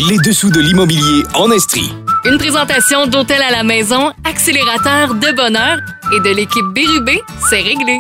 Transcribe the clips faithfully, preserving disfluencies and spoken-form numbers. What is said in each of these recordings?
Les dessous de l'immobilier en Estrie. Une présentation d'Hôtel à la maison, accélérateur de bonheur et de l'équipe Bérubé, c'est réglé.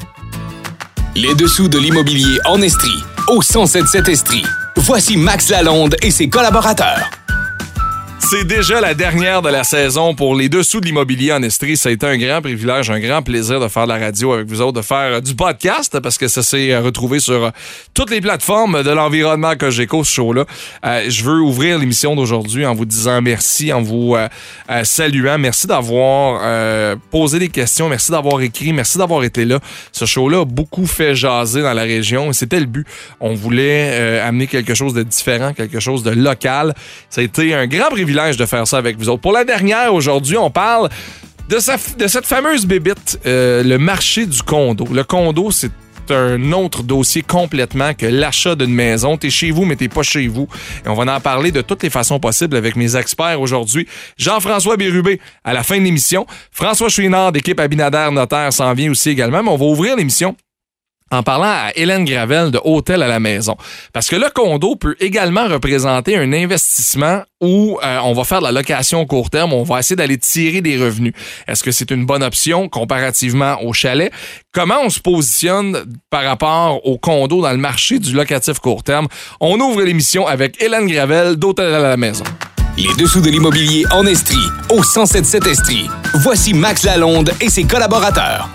Les dessous de l'immobilier en Estrie, au cent sept sept Estrie. Voici Max Lalonde et ses collaborateurs. C'est déjà la dernière de la saison pour les dessous de l'immobilier en Estrie. Ça a été un grand privilège, un grand plaisir de faire de la radio avec vous autres, de faire du podcast parce que ça s'est retrouvé sur toutes les plateformes de l'environnement Cogeco, ce show-là. Euh, je veux ouvrir l'émission d'aujourd'hui en vous disant merci, en vous euh, euh, saluant. Merci d'avoir euh, posé des questions, merci d'avoir écrit, merci d'avoir été là. Ce show-là a beaucoup fait jaser dans la région et c'était le but. On voulait euh, amener quelque chose de différent, quelque chose de local. Ça a été un grand privilège de faire ça avec vous autres. Pour la dernière, aujourd'hui, on parle de, sa, de cette fameuse bébite, euh, le marché du condo. Le condo, c'est un autre dossier complètement que l'achat d'une maison. T'es chez vous, mais t'es pas chez vous. Et on va en parler de toutes les façons possibles avec mes experts aujourd'hui. Jean-François Bérubé, à la fin de l'émission. François Chouinard, d'équipe Abinader Notaire, s'en vient aussi également. Mais on va ouvrir l'émission en parlant à Hélène Gravel de Hôtel à la maison. Parce que le condo peut également représenter un investissement où euh, on va faire de la location court terme, on va essayer d'aller tirer des revenus. Est-ce que c'est une bonne option comparativement au chalet? Comment on se positionne par rapport au condo dans le marché du locatif court terme? On ouvre l'émission avec Hélène Gravel d'Hôtel à la maison. Les dessous de l'immobilier en Estrie, au cent sept sept Estrie. Voici Max Lalonde et ses collaborateurs.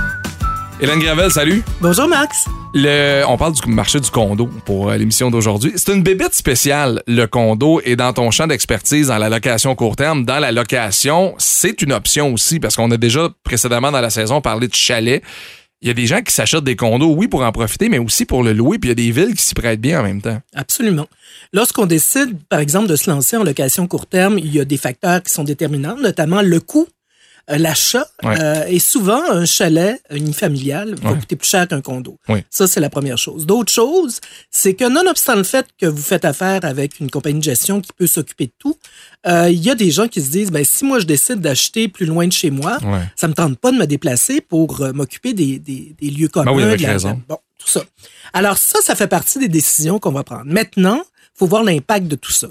Hélène Gravel, salut. Bonjour, Max. Le, on parle du marché du condo pour euh, l'émission d'aujourd'hui. C'est une bébête spéciale, le condo, et dans ton champ d'expertise, dans la location court terme, dans la location, c'est une option aussi, parce qu'on a déjà précédemment dans la saison parlé de chalet. Il y a des gens qui s'achètent des condos, oui, pour en profiter, mais aussi pour le louer, puis il y a des villes qui s'y prêtent bien en même temps. Absolument. Lorsqu'on décide, par exemple, de se lancer en location court terme, il y a des facteurs qui sont déterminants, notamment le coût. L'achat ouais. euh, est souvent un chalet unifamilial va ouais. coûter plus cher qu'un condo. Oui. Ça, c'est la première chose. D'autre chose, c'est que nonobstant le fait que vous faites affaire avec une compagnie de gestion qui peut s'occuper de tout, euh, il y a des gens qui se disent, ben si moi je décide d'acheter plus loin de chez moi, ouais. ça me tente pas de me déplacer pour euh, m'occuper des, des, des lieux communs. Ben oui, avec de la, raison. Bon, tout ça. Alors ça, ça fait partie des décisions qu'on va prendre. Maintenant, il faut voir l'impact de tout ça.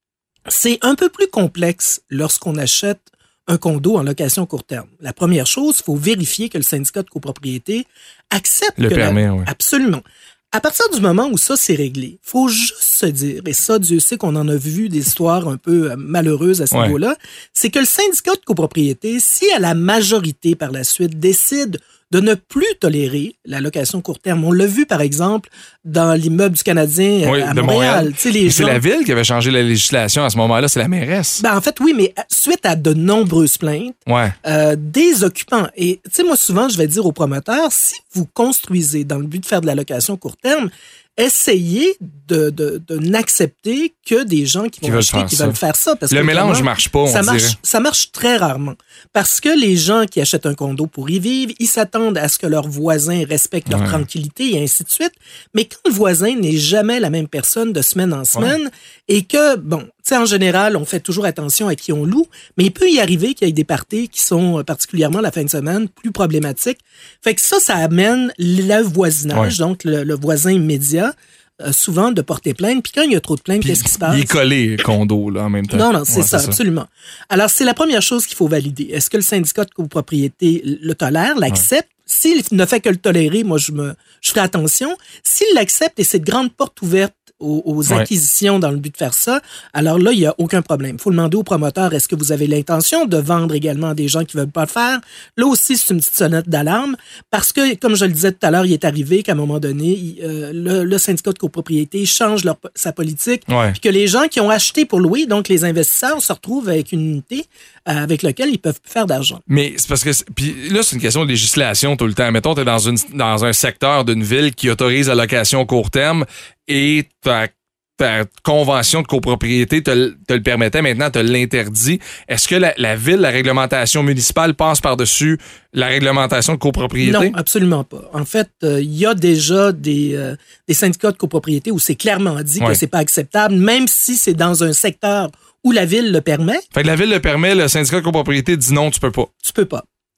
C'est un peu plus complexe lorsqu'on achète un condo en location court terme. La première chose, il faut vérifier que le syndicat de copropriété accepte le que permet, la... oui. Absolument. À partir du moment où ça, c'est réglé, il faut juste se dire, et ça, Dieu sait qu'on en a vu des histoires un peu malheureuses à ce ouais. niveau-là, c'est que le syndicat de copropriété, si à la majorité par la suite décide de ne plus tolérer la location court terme. On l'a vu, par exemple, dans l'immeuble du Canadien oui, à de Montréal. Montréal. Les c'est gens... la ville qui avait changé la législation à ce moment-là, c'est la mairesse. Ben, en fait, oui, mais suite à de nombreuses plaintes, ouais. euh, des occupants. Et tu sais, moi, souvent, je vais dire aux promoteurs, si vous construisez dans le but de faire de la location court terme, essayez de, de, de n'accepter que des gens qui, qui vont acheter, qui ça. veulent faire ça. Parce le que mélange marche pas, on ça dirait. Marche, ça marche très rarement. Parce que les gens qui achètent un condo pour y vivre, ils s'attendent à ce que leurs voisins respectent leur ouais. tranquillité et ainsi de suite. Mais quand le voisin n'est jamais la même personne de semaine en semaine ouais. et que, bon, tu sais, en général, on fait toujours attention à qui on loue, mais il peut y arriver qu'il y ait des parties qui sont particulièrement la fin de semaine plus problématiques. Fait que ça, ça amène le voisinage, ouais. donc le, le voisin immédiat, euh, souvent de porter plainte. Puis quand il y a trop de plaintes, qu'est-ce qui se passe? Il est collé, condo, là, en même temps. Non, non, c'est ouais, ça, c'est absolument. Ça. Alors, c'est la première chose qu'il faut valider. Est-ce que le syndicat de copropriété le tolère, l'accepte? Ouais. S'il ne fait que le tolérer, moi, je me, je ferai attention. S'il l'accepte et c'est de grandes portes ouvertes aux, aux acquisitions ouais. dans le but de faire ça, alors là, il n'y a aucun problème. Il faut demander au promoteur, est-ce que vous avez l'intention de vendre également à des gens qui ne veulent pas le faire? Là aussi, c'est une petite sonnette d'alarme parce que, comme je le disais tout à l'heure, il est arrivé qu'à un moment donné, il, euh, le, le syndicat de copropriété change leur, sa politique ouais. puis que les gens qui ont acheté pour louer, donc les investisseurs, se retrouvent avec une unité euh, avec laquelle ils peuvent plus faire d'argent. Mais c'est parce que, puis là, c'est une question de législation tout le temps. Mettons, tu es dans, une, dans un secteur d'une ville qui autorise la location court terme et ta, ta convention de copropriété te, te le permettait, maintenant te l'interdit. Est-ce que la, la ville, la réglementation municipale passe par-dessus la réglementation de copropriété? Non, absolument pas. En fait, il euh, y a déjà des, euh, des syndicats de copropriété où c'est clairement dit ouais. que c'est pas acceptable, même si c'est dans un secteur où la ville le permet. Fait que la ville le permet, le syndicat de copropriété dit non, tu peux pas. Tu peux pas.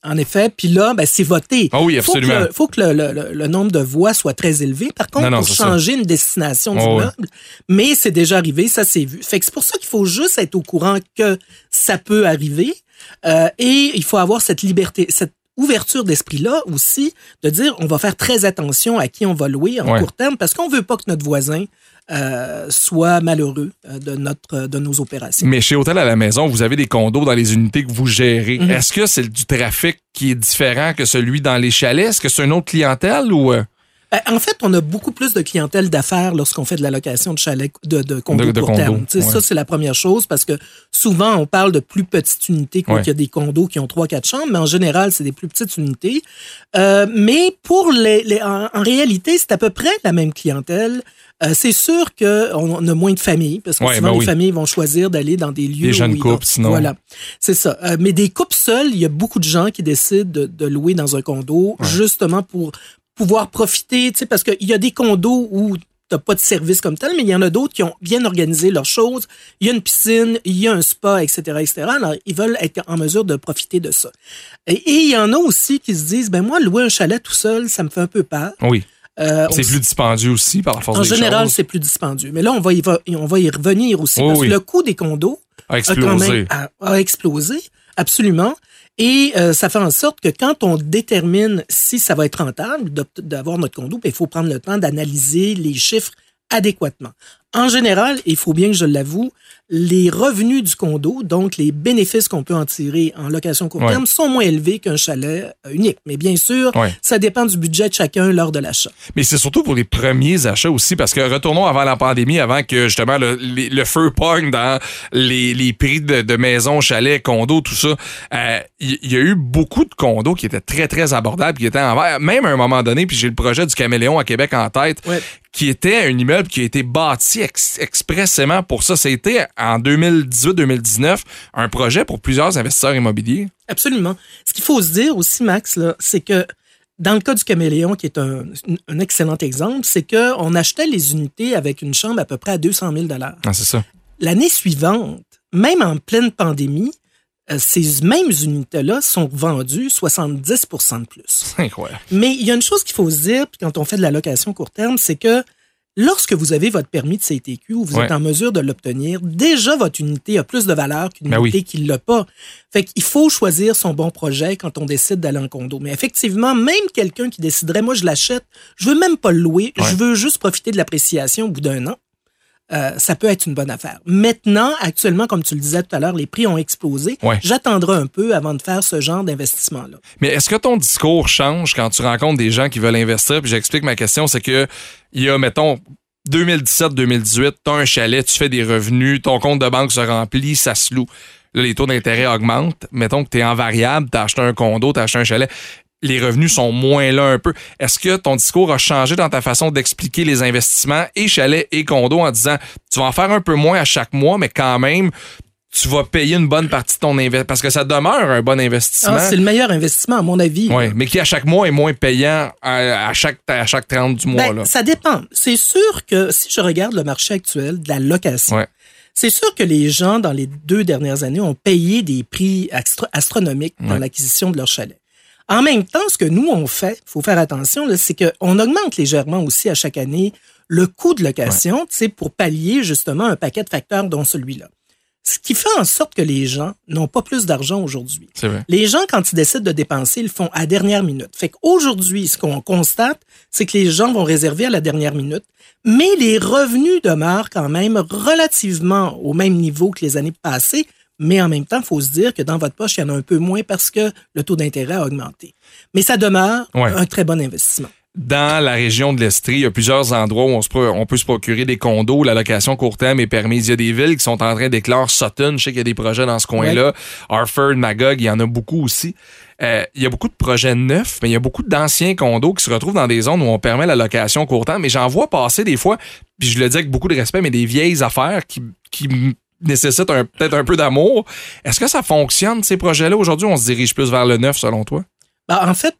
En effet, puis là, ben, c'est voté. Ah oui, absolument. Il faut que, le, faut que le, le, le nombre de voix soit très élevé. Par contre, non, non, pour changer ça. Une destination oh, d'immeuble, oui. mais c'est déjà arrivé, ça c'est vu. Fait que c'est pour ça qu'il faut juste être au courant que ça peut arriver euh, et il faut avoir cette liberté, cette ouverture d'esprit-là aussi, de dire on va faire très attention à qui on va louer en ouais. court terme parce qu'on veut pas que notre voisin euh, soit malheureux euh, de notre de nos opérations. Mais chez Hôtel à la Maison, vous avez des condos dans les unités que vous gérez. Mm-hmm. Est-ce que c'est du trafic qui est différent que celui dans les chalets? Est-ce que c'est une autre clientèle ou... Euh... En fait, on a beaucoup plus de clientèle d'affaires lorsqu'on fait de la location de chalets, de, de condos de, de court condo, terme. Ouais. Ça, c'est la première chose parce que souvent, on parle de plus petites unités qu'il ouais. y a des condos qui ont trois, quatre chambres, mais en général, c'est des plus petites unités. Euh, mais pour les, les en, en réalité, c'est à peu près la même clientèle. Euh, c'est sûr qu'on a moins de familles parce que ouais, souvent, ben les oui. familles vont choisir d'aller dans des lieux des jeunes où couples, sinon. Voilà, c'est ça. Euh, mais des couples seuls, il y a beaucoup de gens qui décident de, de louer dans un condo ouais. justement pour pouvoir profiter, tu sais, parce qu'il y a des condos où t'as pas de service comme tel, mais il y en a d'autres qui ont bien organisé leurs choses. Il y a une piscine, il y a un spa, et cetera, et cetera. Alors, ils veulent être en mesure de profiter de ça. Et, et il y en a aussi qui se disent, ben moi, louer un chalet tout seul, ça me fait un peu peur. Oui. Euh, c'est plus dispendieux aussi par la force des choses. En général, c'est plus dispendieux. Mais là, on va y, va, on va y revenir aussi, oh, parce oui. que le coût des condos a explosé. A, quand même, a, a explosé, absolument. Et euh, ça fait en sorte que quand on détermine si ça va être rentable d'avoir notre condo, il faut prendre le temps d'analyser les chiffres adéquatement. En général, il faut bien que je l'avoue, les revenus du condo, donc les bénéfices qu'on peut en tirer en location court terme, ouais. sont moins élevés qu'un chalet unique. Mais bien sûr, ouais. ça dépend du budget de chacun lors de l'achat. Mais c'est surtout pour les premiers achats aussi, parce que retournons avant la pandémie, avant que justement le, le, le feu pogne dans les, les prix de, de maisons, chalets, condos, tout ça. Il euh, y, y a eu beaucoup de condos qui étaient très, très abordables, qui étaient en vert. Même à un moment donné, puis j'ai le projet du Caméléon à Québec en tête, ouais. qui était un immeuble qui a été bâti ex- expressément pour ça. C'était en deux mille dix-huit deux mille dix-neuf un projet pour plusieurs investisseurs immobiliers. Absolument. Ce qu'il faut se dire aussi, Max, là, c'est que dans le cas du Caméléon, qui est un, un excellent exemple, c'est qu'on achetait les unités avec une chambre à peu près à deux cent mille dollars. Ah, c'est ça. L'année suivante, même en pleine pandémie, euh, ces mêmes unités-là sont vendues soixante-dix pour cent de plus. C'est incroyable. Mais il y a une chose qu'il faut se dire, puis quand on fait de la location court terme, c'est que lorsque vous avez votre permis de C T Q, vous ouais. êtes en mesure de l'obtenir, déjà votre unité a plus de valeur qu'une ben unité oui. qui ne l'a pas. Fait qu'il faut choisir son bon projet quand on décide d'aller en condo. Mais effectivement, même quelqu'un qui déciderait, moi je l'achète, je veux même pas le louer, ouais. je veux juste profiter de l'appréciation au bout d'un an, euh, ça peut être une bonne affaire. Maintenant, actuellement, comme tu le disais tout à l'heure, les prix ont explosé. Ouais. J'attendrai un peu avant de faire ce genre d'investissement-là. Mais est-ce que ton discours change quand tu rencontres des gens qui veulent investir? Puis j'explique ma question, c'est que il y a, mettons, deux mille dix-sept deux mille dix-huit, tu as un chalet, tu fais des revenus, ton compte de banque se remplit, ça se loue. Là, les taux d'intérêt augmentent. Mettons que tu es en variable, tu as acheté un condo, tu as acheté un chalet. Les revenus sont moins là un peu. Est-ce que ton discours a changé dans ta façon d'expliquer les investissements et chalets et condos en disant tu vas en faire un peu moins à chaque mois, mais quand même, tu vas payer une bonne partie de ton investissement parce que ça demeure un bon investissement. Ah, c'est le meilleur investissement, à mon avis. Oui, mais qui à chaque mois est moins payant à, à, chaque, à chaque trente du mois. Ben, là. Ça dépend. C'est sûr que si je regarde le marché actuel de la location, ouais. c'est sûr que les gens, dans les deux dernières années, ont payé des prix astro- astronomiques dans ouais. l'acquisition de leur chalet. En même temps, ce que nous, on fait, il faut faire attention, là, c'est qu'on augmente légèrement aussi à chaque année le coût de location, ouais. tu sais, pour pallier justement un paquet de facteurs dont celui-là. Ce qui fait en sorte que les gens n'ont pas plus d'argent aujourd'hui. C'est vrai. Les gens, quand ils décident de dépenser, ils le font à dernière minute. Fait qu'aujourd'hui, ce qu'on constate, c'est que les gens vont réserver à la dernière minute, mais les revenus demeurent quand même relativement au même niveau que les années passées. Mais en même temps, il faut se dire que dans votre poche, il y en a un peu moins parce que le taux d'intérêt a augmenté. Mais ça demeure ouais. un très bon investissement. Dans la région de l'Estrie, il y a plusieurs endroits où on, se, on peut se procurer des condos. La location court terme est permise. Il y a des villes qui sont en train d'éclore. Sutton, je sais qu'il y a des projets dans ce coin-là. Ouais. Harford, Magog, il y en a beaucoup aussi. Euh, il y a beaucoup de projets neufs, mais il y a beaucoup d'anciens condos qui se retrouvent dans des zones où on permet la location court terme. Mais j'en vois passer des fois, puis je le dis avec beaucoup de respect, mais des vieilles affaires qui... qui nécessite un, peut-être un peu d'amour. Est-ce que ça fonctionne, ces projets-là? Aujourd'hui, on se dirige plus vers le neuf, selon toi? Ben, en fait,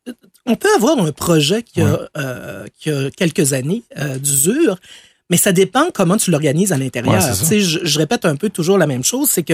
on peut avoir un projet qui a, ouais. euh, qui a quelques années euh, d'usure, mais ça dépend comment tu l'organises à l'intérieur. Ouais, je, je répète un peu toujours la même chose, c'est que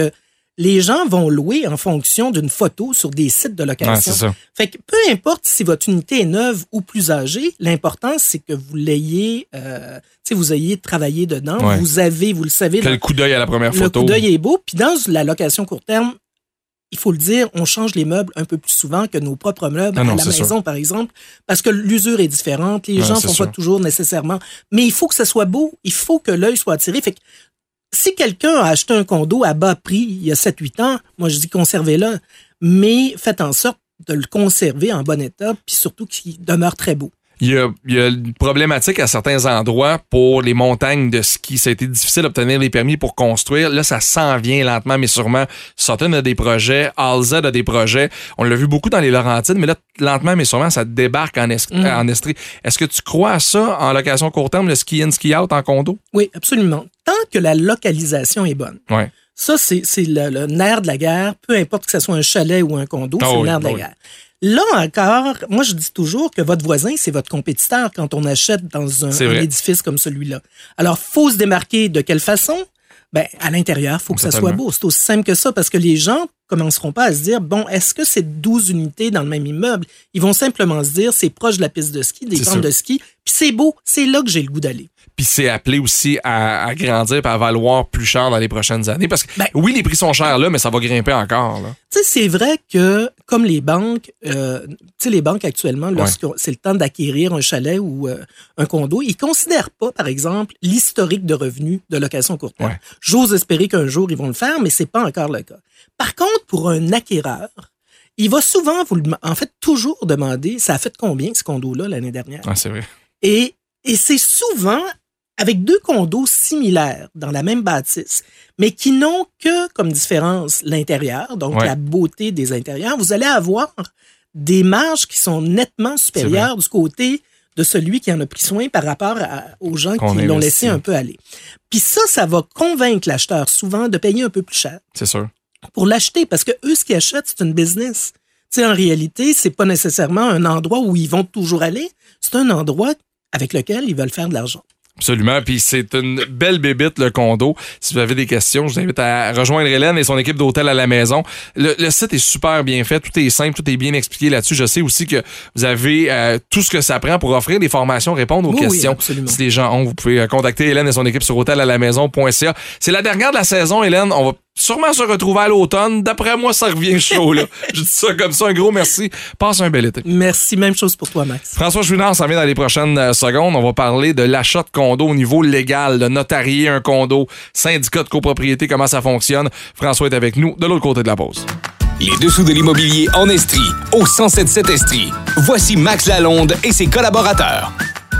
les gens vont louer en fonction d'une photo sur des sites de location. Ouais, c'est ça. Fait que peu importe si votre unité est neuve ou plus âgée, l'important, c'est que vous l'ayez, euh, tu sais, vous ayez travaillé dedans. Ouais. Vous avez, vous le savez. Quel coup d'œil à la première photo. Le coup d'œil est beau. Puis dans la location court terme, il faut le dire, on change les meubles un peu plus souvent que nos propres meubles ah non, à la maison, sûr. par exemple, parce que l'usure est différente. Les ouais, gens ne font sûr. pas toujours nécessairement. Mais il faut que ça soit beau. Il faut que l'œil soit attiré. Fait que si quelqu'un a acheté un condo à bas prix il y a sept huit ans, moi je dis conservez-le, mais faites en sorte de le conserver en bon état, puis surtout qu'il demeure très beau. Il y, a, il y a une problématique à certains endroits pour les montagnes de ski. Ça a été difficile d'obtenir les permis pour construire. Là, ça s'en vient lentement, mais sûrement. Sutton a des projets, Alzette a des projets. On l'a vu beaucoup dans les Laurentides, mais là, lentement, mais sûrement, ça débarque en, es- mm. en Estrie. Est-ce que tu crois à ça en location court terme, le ski-in, ski-out en condo? Oui, absolument. Tant que la localisation est bonne. Ouais. Ça, c'est, c'est le, le nerf de la guerre. Peu importe que ce soit un chalet ou un condo, oh c'est oui, le nerf de la oui. guerre. Là encore, moi, je dis toujours que votre voisin, c'est votre compétiteur quand on achète dans un, un édifice comme celui-là. Alors, faut se démarquer de quelle façon? Ben, à l'intérieur, faut que Totalement. ça soit beau. C'est aussi simple que ça parce que les gens commenceront pas à se dire, bon, est-ce que c'est douze unités dans le même immeuble? Ils vont simplement se dire, c'est proche de la piste de ski, des pentes de ski, puis c'est beau, c'est là que j'ai le goût d'aller. Puis c'est appelé aussi à, à grandir et à valoir plus cher dans les prochaines années. Parce que ben, oui, les prix sont chers là, mais ça va grimper encore. Tu sais, c'est vrai que, comme les banques, euh, tu sais, les banques actuellement, lorsque ouais. c'est le temps d'acquérir un chalet ou euh, un condo, ils considèrent pas, par exemple, l'historique de revenus de location court terme. Ouais. J'ose espérer qu'un jour, ils vont le faire, mais c'est pas encore le cas. Par contre, pour un acquéreur, il va souvent, vous le, en fait, toujours demander, ça a fait combien ce condo-là l'année dernière? Ah, c'est vrai. Et, et c'est souvent avec deux condos similaires dans la même bâtisse, mais qui n'ont que comme différence l'intérieur, donc ouais. la beauté des intérieurs, vous allez avoir des marges qui sont nettement supérieures du côté de celui qui en a pris soin par rapport à, aux gens Qu'on qui l'ont laissé un peu aller. Puis ça, ça va convaincre l'acheteur souvent de payer un peu plus cher. C'est sûr. Pour l'acheter, parce que eux, ce qu'ils achètent, c'est une business. Tu sais, en réalité, c'est pas nécessairement un endroit où ils vont toujours aller, c'est un endroit avec lequel ils veulent faire de l'argent. Absolument. Puis c'est une belle bébite, le condo. Si vous avez des questions, je vous invite à rejoindre Hélène et son équipe d'hôtel à la maison. Le, le site est super bien fait. Tout est simple, tout est bien expliqué là-dessus. Je sais aussi que vous avez euh, tout ce que ça prend pour offrir des formations, répondre aux oui, questions. Oui, si les gens ont, vous pouvez contacter Hélène et son équipe sur hôtel à la maison point c a. C'est la dernière de la saison, Hélène. On va sûrement se retrouver à l'automne. D'après moi, ça revient chaud, là. Je dis ça comme ça. Un gros merci. Passe un bel été. Merci. Même chose pour toi, Max. François Chouinard s'en vient dans les prochaines secondes. On va parler de l'achat de condo au niveau légal, de notarier un condo, syndicat de copropriété, comment ça fonctionne. François est avec nous de l'autre côté de la pause. Les dessous de l'immobilier en Estrie, au cent sept sept Estrie. Voici Max Lalonde et ses collaborateurs.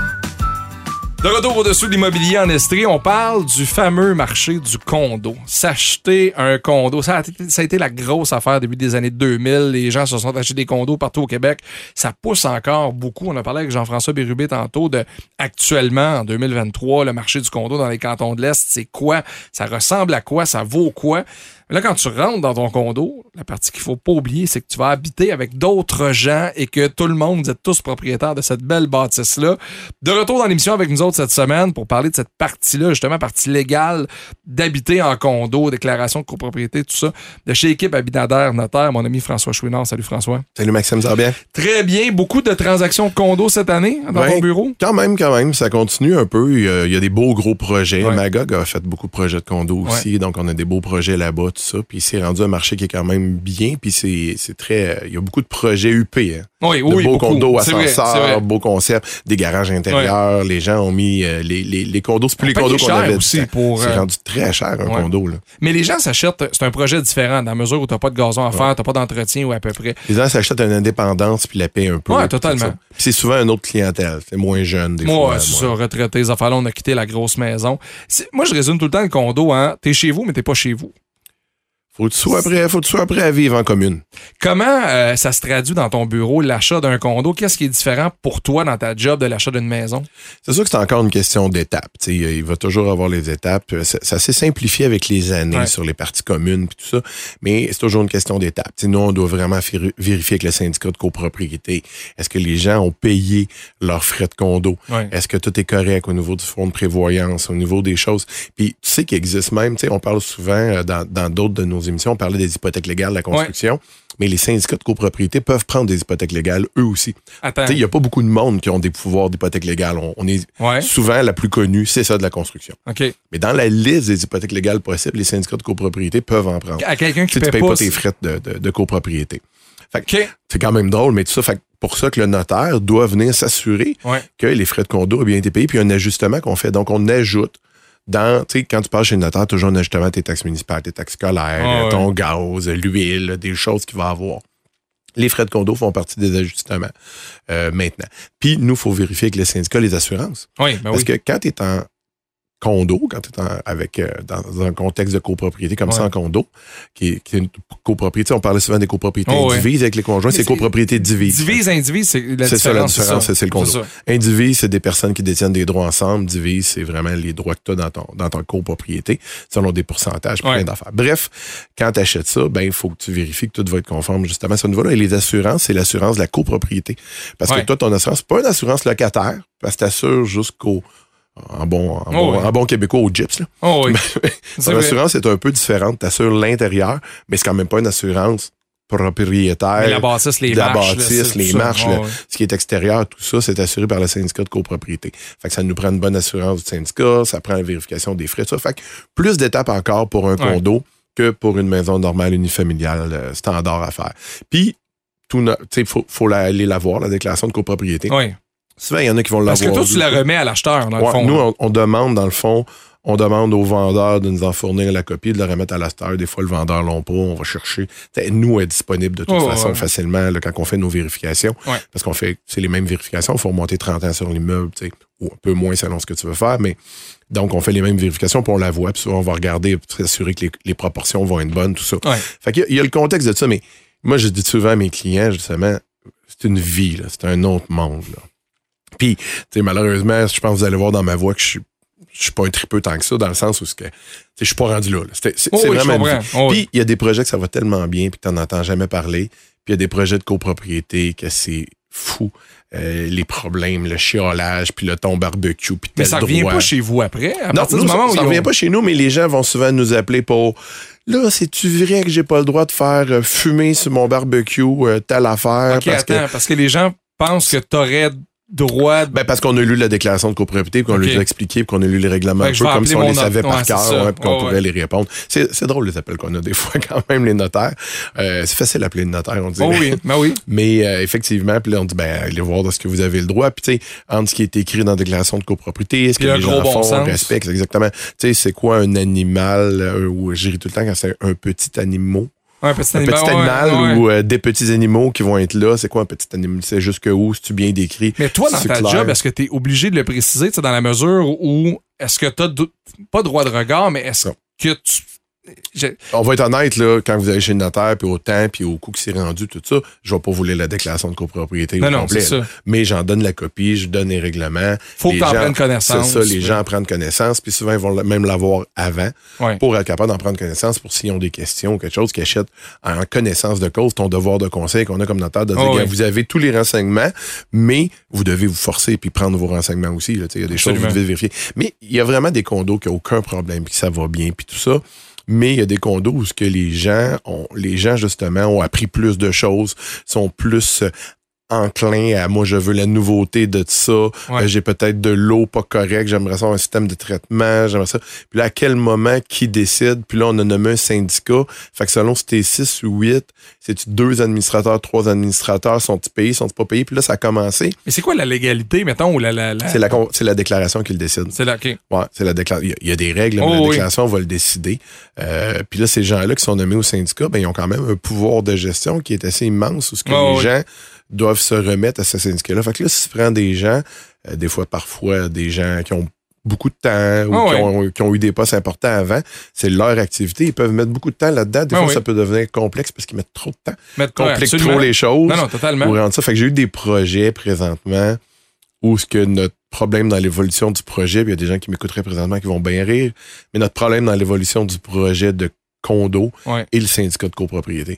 De retour au-dessus de l'immobilier en Estrie, on parle du fameux marché du condo. S'acheter un condo, ça a, été, ça a été la grosse affaire début des années deux mille. Les gens se sont achetés des condos partout au Québec. Ça pousse encore beaucoup. On a parlé avec Jean-François Bérubé tantôt de, actuellement, en deux mille vingt-trois, le marché du condo dans les cantons de l'Est, c'est quoi? Ça ressemble à quoi? Ça vaut quoi? Là, quand tu rentres dans ton condo, la partie qu'il faut pas oublier, c'est que tu vas habiter avec d'autres gens et que tout le monde, vous êtes tous propriétaires de cette belle bâtisse-là. De retour dans l'émission avec nous autres cette semaine pour parler de cette partie-là, justement, partie légale d'habiter en condo, déclaration de copropriété, tout ça, de chez Équipe Abinader Notaire, mon ami François Chouinard. Salut François. Salut Maxime, ça va bien? Très bien. Beaucoup de transactions de condo cette année dans ouais, ton bureau? Quand même, quand même. Ça continue un peu. Il y a, il y a des beaux gros projets. Ouais. Magog a fait beaucoup de projets de condo aussi, ouais. Donc on a des beaux projets là-bas, tout ça. Puis c'est rendu un marché qui est quand même bien. Puis c'est, c'est très... Il y a beaucoup de projets U P, hein? Oui, de oui, beaux beaucoup. condos, C'est vrai, c'est ascenseurs, vrai. beaux concepts, des garages intérieurs. Ouais. Les gens ont mis euh, les, les, les condos. C'est plus les condos qu'on avait aussi pour, C'est euh... rendu très cher, un ouais. condo. Là. Mais les gens s'achètent... C'est un projet différent dans la mesure où tu n'as pas de gazon à faire, ouais. tu n'as pas d'entretien ou à peu près. Les gens s'achètent une indépendance puis la paient un peu. Oui, totalement. Puis c'est souvent une autre clientèle. C'est moins jeune, des moi, fois. Ouais, c'est ça. Retraités, les affaires là, on a quitté la grosse maison. C'est... Moi, je résume tout le temps le condo, hein. T'es chez vous, mais t'es pas chez vous. Faut que tu sois prêt, faut que tu sois prêt à vivre en commune. Comment euh, ça se traduit dans ton bureau, l'achat d'un condo? Qu'est-ce qui est différent pour toi dans ta job de l'achat d'une maison? C'est sûr que c'est encore une question d'étapes. T'sais, il va toujours avoir les étapes. Ça, ça s'est simplifié avec les années ouais. sur les parties communes et tout ça, mais c'est toujours une question d'étapes. T'sais, nous, on doit vraiment vérifier avec le syndicat de copropriété. Est-ce que les gens ont payé leurs frais de condo? Ouais. Est-ce que tout est correct au niveau du fonds de prévoyance, au niveau des choses? Puis tu sais qu'il existe même, on parle souvent dans, dans d'autres de nos nos émissions, on parlait des hypothèques légales de la construction, ouais. mais les syndicats de copropriété peuvent prendre des hypothèques légales, eux aussi. Il n'y a pas beaucoup de monde qui ont des pouvoirs d'hypothèque légale. On, on est ouais. souvent la plus connue, c'est ça de la construction. Okay. Mais dans la liste des hypothèques légales possibles, les syndicats de copropriété peuvent en prendre. À quelqu'un qui si paie tu payes pas, pas tes frais de, de, de copropriété. Fait que okay. c'est quand même drôle, mais tout ça, fait que pour ça que le notaire doit venir s'assurer ouais. que les frais de condo ont bien été payés, puis il y a un ajustement qu'on fait. Donc, on ajoute dans, tu sais, quand tu passes chez le notaire, toujours un ajustement à tes taxes municipales, tes taxes scolaires, oh, ton ouais. gaz, l'huile, des choses qu'il va avoir. Les frais de condo font partie des ajustements euh, maintenant. Puis, nous, il faut vérifier avec le syndicat les assurances. Oui, ben Parce oui. que quand tu es en condo, quand tu es en, avec, euh, dans un contexte de copropriété comme ouais. ça en condo, qui est, qui est une copropriété, on parlait souvent des copropriétés oh, indivises ouais. avec les conjoints, mais c'est copropriété divise. Divise, indivise, c'est la c'est différence. Ça, la différence, c'est, c'est le condo. C'est indivise, c'est des personnes qui détiennent des droits ensemble. Divise, c'est vraiment les droits que tu as dans ton, dans ton copropriété, selon des pourcentages, plein ouais. d'affaires. Bref, quand tu achètes ça, ben il faut que tu vérifies que tout va être conforme justement à ce niveau-là. Et les assurances, c'est l'assurance de la copropriété. Parce ouais. que toi, ton assurance, c'est pas une assurance locataire, parce que tu assures jusqu'au En bon, en, oh bon, oui. en bon québécois, au gyps. Là. Oh oui. Ton assurance est un peu différente. Tu assures l'intérieur, mais c'est quand même pas une assurance propriétaire. Mais la bâtisse, les la marches. bâtisse, là, les ça. marches, Oh, là, oui. ce qui est extérieur, tout ça, c'est assuré par le syndicat de copropriété. Fait que ça nous prend une bonne assurance du syndicat, ça prend la vérification des frais, tout ça. Fait que plus d'étapes encore pour un ouais. condo que pour une maison normale unifamiliale euh, standard à faire. Puis, il faut, faut la, aller la voir, la déclaration de copropriété. Oui. Souvent, il y en a qui vont l'avoir. Parce que toi, tu la remets à l'acheteur, dans le ouais, fond. Nous, on, on demande, dans le fond, on demande au vendeur de nous en fournir la copie, de la remettre à l'acheteur. Des fois, le vendeur l'a pas. On va chercher. T'sais, nous, elle est disponible de toute oh, façon ouais. facilement là, quand on fait nos vérifications. Ouais. Parce qu'on fait, c'est les mêmes vérifications. Il faut remonter trente ans sur l'immeuble, ou un peu moins selon ce que tu veux faire. Mais donc, on fait les mêmes vérifications, puis on la voit. Puis souvent, on va regarder pour s'assurer que les, les proportions vont être bonnes, tout ça. Ouais. Fait qu'il y a, il y a le contexte de ça. Mais moi, je dis souvent à mes clients, justement, c'est une vie, là, c'est un autre monde, là. Puis, tu sais, malheureusement, je pense que vous allez voir dans ma voix que je suis, je suis pas un tripeux tant que ça, dans le sens où c'est que, je suis pas rendu là. là. C'est, c'est, oh, c'est oui, vraiment. Oh, puis, il y a des projets que ça va tellement bien, puis tu n'en entends jamais parler. Puis, il y a des projets de copropriété que c'est fou. Euh, les problèmes, le chiolage, puis le ton barbecue, puis mais ça droit. revient pas chez vous après? À non, partir nous, du moment ça, où ça ils revient ont... pas chez nous, mais les gens vont souvent nous appeler pour... Là, c'est-tu vrai que j'ai pas le droit de faire fumer sur mon barbecue euh, telle affaire? OK, parce attends, que... parce que les gens pensent que t'aurais droit... De... Ben, parce qu'on a lu la déclaration de copropriété, puis qu'on okay. l'a expliqué, puis qu'on a lu les règlements un peu comme si on les savait par cœur, ouais, puis qu'on oh, pourrait ouais. les répondre. C'est, c'est drôle les appels qu'on a des fois quand même, les notaires. Euh, c'est facile d'appeler le notaire, on dit. Oh oui, ben oui. Mais euh, effectivement, puis là, on dit, ben, allez voir de ce que vous avez le droit. Puis tu sais, entre ce qui est écrit dans la déclaration de copropriété, ce que les gens bon font, respectent, exactement. Tu sais, c'est quoi un animal, euh, ou je ris tout le temps quand c'est un petit animal. Un petit un animal, petit animal ouais, ouais. ou euh, des petits animaux qui vont être là. C'est quoi un petit animal? C'est jusque où? C'est-tu bien décrit? Mais toi, dans c'est ta clair? job, est-ce que tu es obligé de le préciser dans la mesure où est-ce que tu as pas droit de regard, mais est-ce non. que tu... Je... On va être honnête, là, quand vous allez chez le notaire, puis au temps, puis au coût que c'est rendu, tout ça, je vais pas vous lire la déclaration de copropriété non, au non, complet. C'est ça. Mais j'en donne la copie, je donne les règlements. Faut les que t'en gens, prennes connaissance. C'est ça, les oui. gens en prennent connaissance, puis souvent, ils vont même l'avoir avant ouais. pour être capable d'en prendre connaissance pour s'ils ont des questions ou quelque chose qu'ils achètent en connaissance de cause, ton devoir de conseil qu'on a comme notaire de dire, oh, oui. vous avez tous les renseignements, mais vous devez vous forcer puis prendre vos renseignements aussi. Il y a des Absolument. choses que vous devez vérifier. Mais il y a vraiment des condos qui n'ont aucun problème, puis ça va bien, puis tout ça. Mais il y a des condos où ce que les gens ont, les gens justement ont appris plus de choses, sont plus enclins à moi je veux la nouveauté de ça, ouais. euh, j'ai peut-être de l'eau pas correcte, j'aimerais ça un système de traitement, j'aimerais ça. Puis là, à quel moment qui décide? Puis là, on a nommé un syndicat. Fait que selon si t'es six ou huit, c'est-tu deux administrateurs, trois administrateurs, sont-ils payés, sont-ils pas payés? Puis là, ça a commencé. Mais c'est quoi la légalité, mettons, ou la... la, la... C'est, la c'est la déclaration qui le décide. C'est là, OK. Ouais, c'est la déclaration. Il y, y a des règles, oh, mais la oui. déclaration va le décider. Euh, puis là, ces gens-là qui sont nommés au syndicat, ben, ils ont quand même un pouvoir de gestion qui est assez immense, où ce que oh, les oui. gens doivent se remettre à ce syndicat-là. Fait que là, si tu prends des gens, euh, des fois, parfois, des gens qui ont beaucoup de temps ou oh, qui, oui. ont, qui ont eu des postes importants avant, c'est leur activité. Ils peuvent mettre beaucoup de temps là-dedans. Des oh, fois, oui. ça peut devenir complexe parce qu'ils mettent trop de temps. Mettre, compliquent ouais, trop les choses. Non, non, totalement. Pour rendre ça. Fait que j'ai eu des projets présentement où ce que notre problème dans l'évolution du projet, puis il y a des gens qui m'écouteraient présentement qui vont bien rire, mais notre problème dans l'évolution du projet de condo ouais. et le syndicat de copropriété.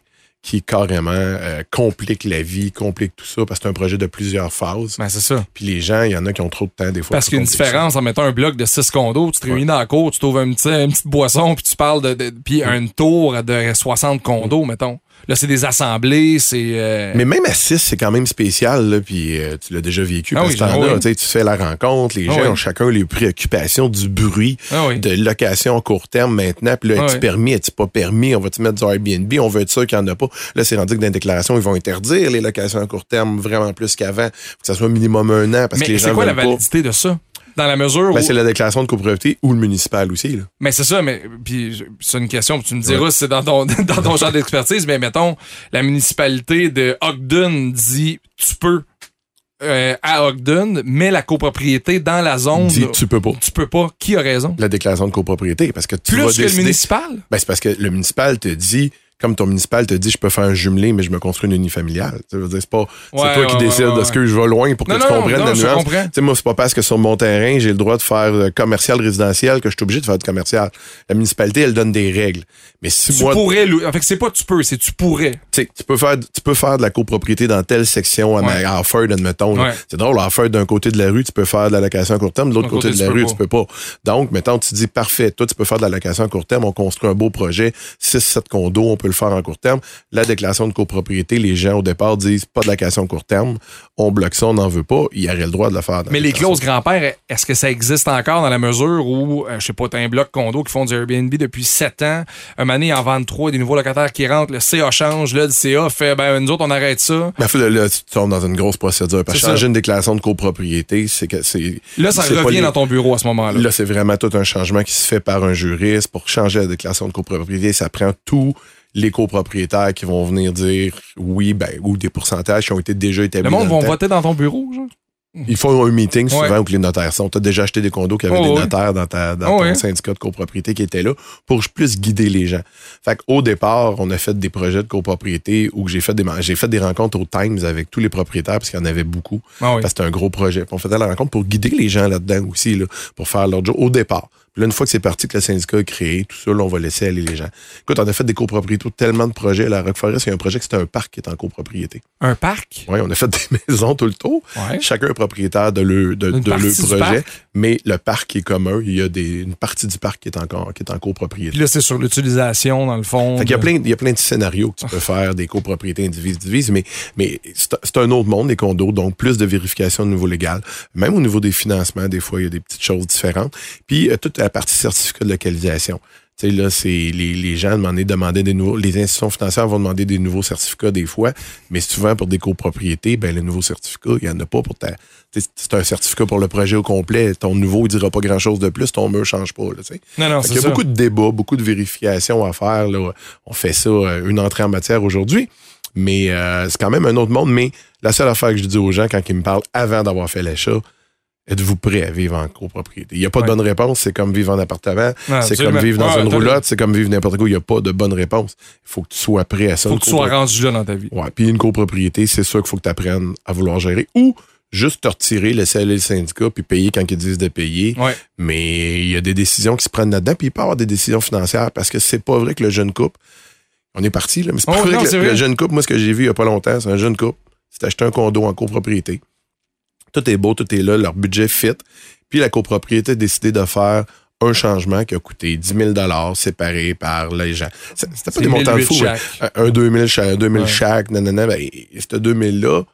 qui carrément euh, complique la vie, complique tout ça, parce que c'est un projet de plusieurs phases. Ben, c'est ça. Puis les gens, il y en a qui ont trop de temps des fois. Parce qu'il y a une différence en mettant un bloc de six condos, tu te réunis ouais. dans la cour, tu trouves un petit, une petite boisson, puis tu parles de, de puis un tour de soixante condos, mettons. Là, c'est des assemblées, c'est... Euh... Mais même à six, c'est quand même spécial, là, puis euh, tu l'as déjà vécu. Ah parce oui, que oui. là, tu fais la rencontre, les ah gens oui. ont chacun les préoccupations du bruit, ah oui. de location à court terme maintenant, puis là, ah es-tu oui. permis, es-tu pas permis, on va-tu mettre du Airbnb, on veut être sûr qu'il n'y en a pas. Là, c'est rendu que dans les déclarations, ils vont interdire les locations à court terme vraiment plus qu'avant. Faut que ça soit minimum un an, parce Mais que les gens c'est quoi la veulent validité pas. de ça? Dans la mesure ben, où... c'est la déclaration de copropriété ou le municipal aussi. Là. Mais c'est ça, mais puis c'est une question, puis tu me diras ouais. si c'est dans ton, dans ton genre d'expertise, mais mettons, la municipalité de Ogden dit tu peux euh, à Ogden, mais la copropriété dans la zone... Dit tu peux pas. Tu peux pas. Qui a raison? La déclaration de copropriété, parce que tu Plus vas que décider... le municipal? Ben, c'est parce que le municipal te dit... Comme ton municipal te dit, je peux faire un jumelé, mais je me construis une unifamiliale. Ça veut dire, c'est pas, ouais, c'est toi ouais, qui ouais, décides ouais, ouais. de ce que je vais loin pour que non, tu non, comprennes non, la je nuance. comprends. T'sais, moi, c'est pas parce que sur mon terrain, j'ai le droit de faire euh, commercial, résidentiel, que je suis obligé de faire du commercial. La municipalité, elle donne des règles. Mais si tu moi. pourrais, en fait, c'est pas tu peux, c'est tu pourrais. Tu peux faire, tu peux faire de la copropriété dans telle section à, ouais. à Offord, admettons. Ouais. C'est drôle, à Offord, d'un côté de la rue, tu peux faire de la location à court terme, de l'autre côté, côté de la rue, pas. tu peux pas. Donc, mettons, tu dis, parfait, toi, tu peux faire de la location à court terme, on construit un beau projet, six sept condos, on peut le faire en court terme. La déclaration de copropriété, les gens, au départ, disent, pas de location à court terme, on bloque ça, on n'en veut pas, il y aurait le droit de le faire. Mais les clauses grand-père, est-ce que ça existe encore dans la mesure où, euh, je sais pas, t'as un bloc condo qui font du Airbnb depuis sept ans, un moment donné, ils en vendent trois, des nouveaux locataires qui rentrent, le C A change, là, le C A fait, ben, nous autres, on arrête ça. Ben, là, là, tu tombes dans une grosse procédure. Parce que changer une déclaration de copropriété, c'est que c'est. Là, ça revient les... dans ton bureau à ce moment-là. Là, c'est vraiment tout un changement qui se fait par un juriste. Pour changer la déclaration de copropriété, ça prend tous les copropriétaires qui vont venir dire oui, ben, ou des pourcentages qui ont été déjà établis. Le monde va voter dans ton bureau, genre? Ils font un meeting souvent ouais. où les notaires sont. Tu as déjà acheté des condos qui avaient oh, des oui. notaires dans, ta, dans oh, ton oui. syndicat de copropriété qui étaient là pour plus guider les gens. Fait qu'au départ, on a fait des projets de copropriété où j'ai fait des j'ai fait des rencontres au Times avec tous les propriétaires parce qu'il y en avait beaucoup. Ah, oui. Parce que c'était un gros projet. Puis on faisait la rencontre pour guider les gens là-dedans aussi, là, pour faire leur job au départ. Puis là, une fois que c'est parti, que le syndicat est créé, tout ça, là, on va laisser aller les gens. Écoute, on a fait des copropriétés, tellement de projets. À la Rock Forest, il y a un projet qui c'était un parc qui est en copropriété. Un parc? Oui, on a fait des maisons tout le tour. Ouais. Chacun est propriétaire de le, de, de le projet, mais le parc est commun. Il y a des, une partie du parc qui est, encore, qui est en copropriété. Puis là, c'est sur l'utilisation, dans le fond. Fait qu'il y a plein, il y a plein de scénarios que tu peux faire, des copropriétés indivises-divises, mais, mais c'est, c'est un autre monde, les condos, donc plus de vérification au niveau légal. Même au niveau des financements, des fois, il y a des petites choses différentes. Puis euh, toute la partie certificat de localisation. Tu sais, là, c'est les, les gens demandaient, demandaient des nouveaux, les institutions financières vont demander des nouveaux certificats des fois, mais souvent pour des copropriétés, ben, les nouveaux certificats, il n'y en a pas pour ta, c'est un certificat pour le projet au complet. Ton nouveau, il dira pas grand chose de plus, ton mur change pas, là, tu sais. Non, non, c'est il y a ça. beaucoup de débats, beaucoup de vérifications à faire, là. On fait ça, une entrée en matière aujourd'hui. Mais, euh, c'est quand même un autre monde. Mais la seule affaire que je dis aux gens quand ils me parlent avant d'avoir fait l'achat, êtes-vous prêt à vivre en copropriété? Il n'y a pas ouais. de bonne réponse. C'est comme vivre en appartement. Non, c'est absolument. comme vivre dans ouais, une t'as roulotte. le... C'est comme vivre n'importe quoi. Il n'y a pas de bonne réponse. Il faut que tu sois prêt à ça. Il faut que tu sois rendu là dans ta vie. Ouais. Puis une copropriété, c'est sûr qu'il faut que tu apprennes à vouloir gérer. Ou juste te retirer, laisser aller le syndicat, puis payer quand ils disent de payer. Ouais. Mais il y a des décisions qui se prennent là-dedans. Puis il peut y avoir des décisions financières parce que c'est pas vrai que le jeune couple... On est parti, là, mais c'est pas oh, vrai non, que c'est le, vrai. le jeune couple, moi, ce que j'ai vu il y a pas longtemps, c'est un jeune couple. C'est acheté un condo en copropriété. Tout est beau, tout est là, leur budget fit. Puis la copropriété a décidé de faire un changement qui a coûté dix mille dollars séparé par les gens. C'était pas c'est des montants de fou. chaque. Hein. Un deux mille chaque, un deux mille ouais. chaque, nanana. Ben, ce deux mille-là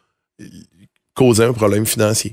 causait un problème financier.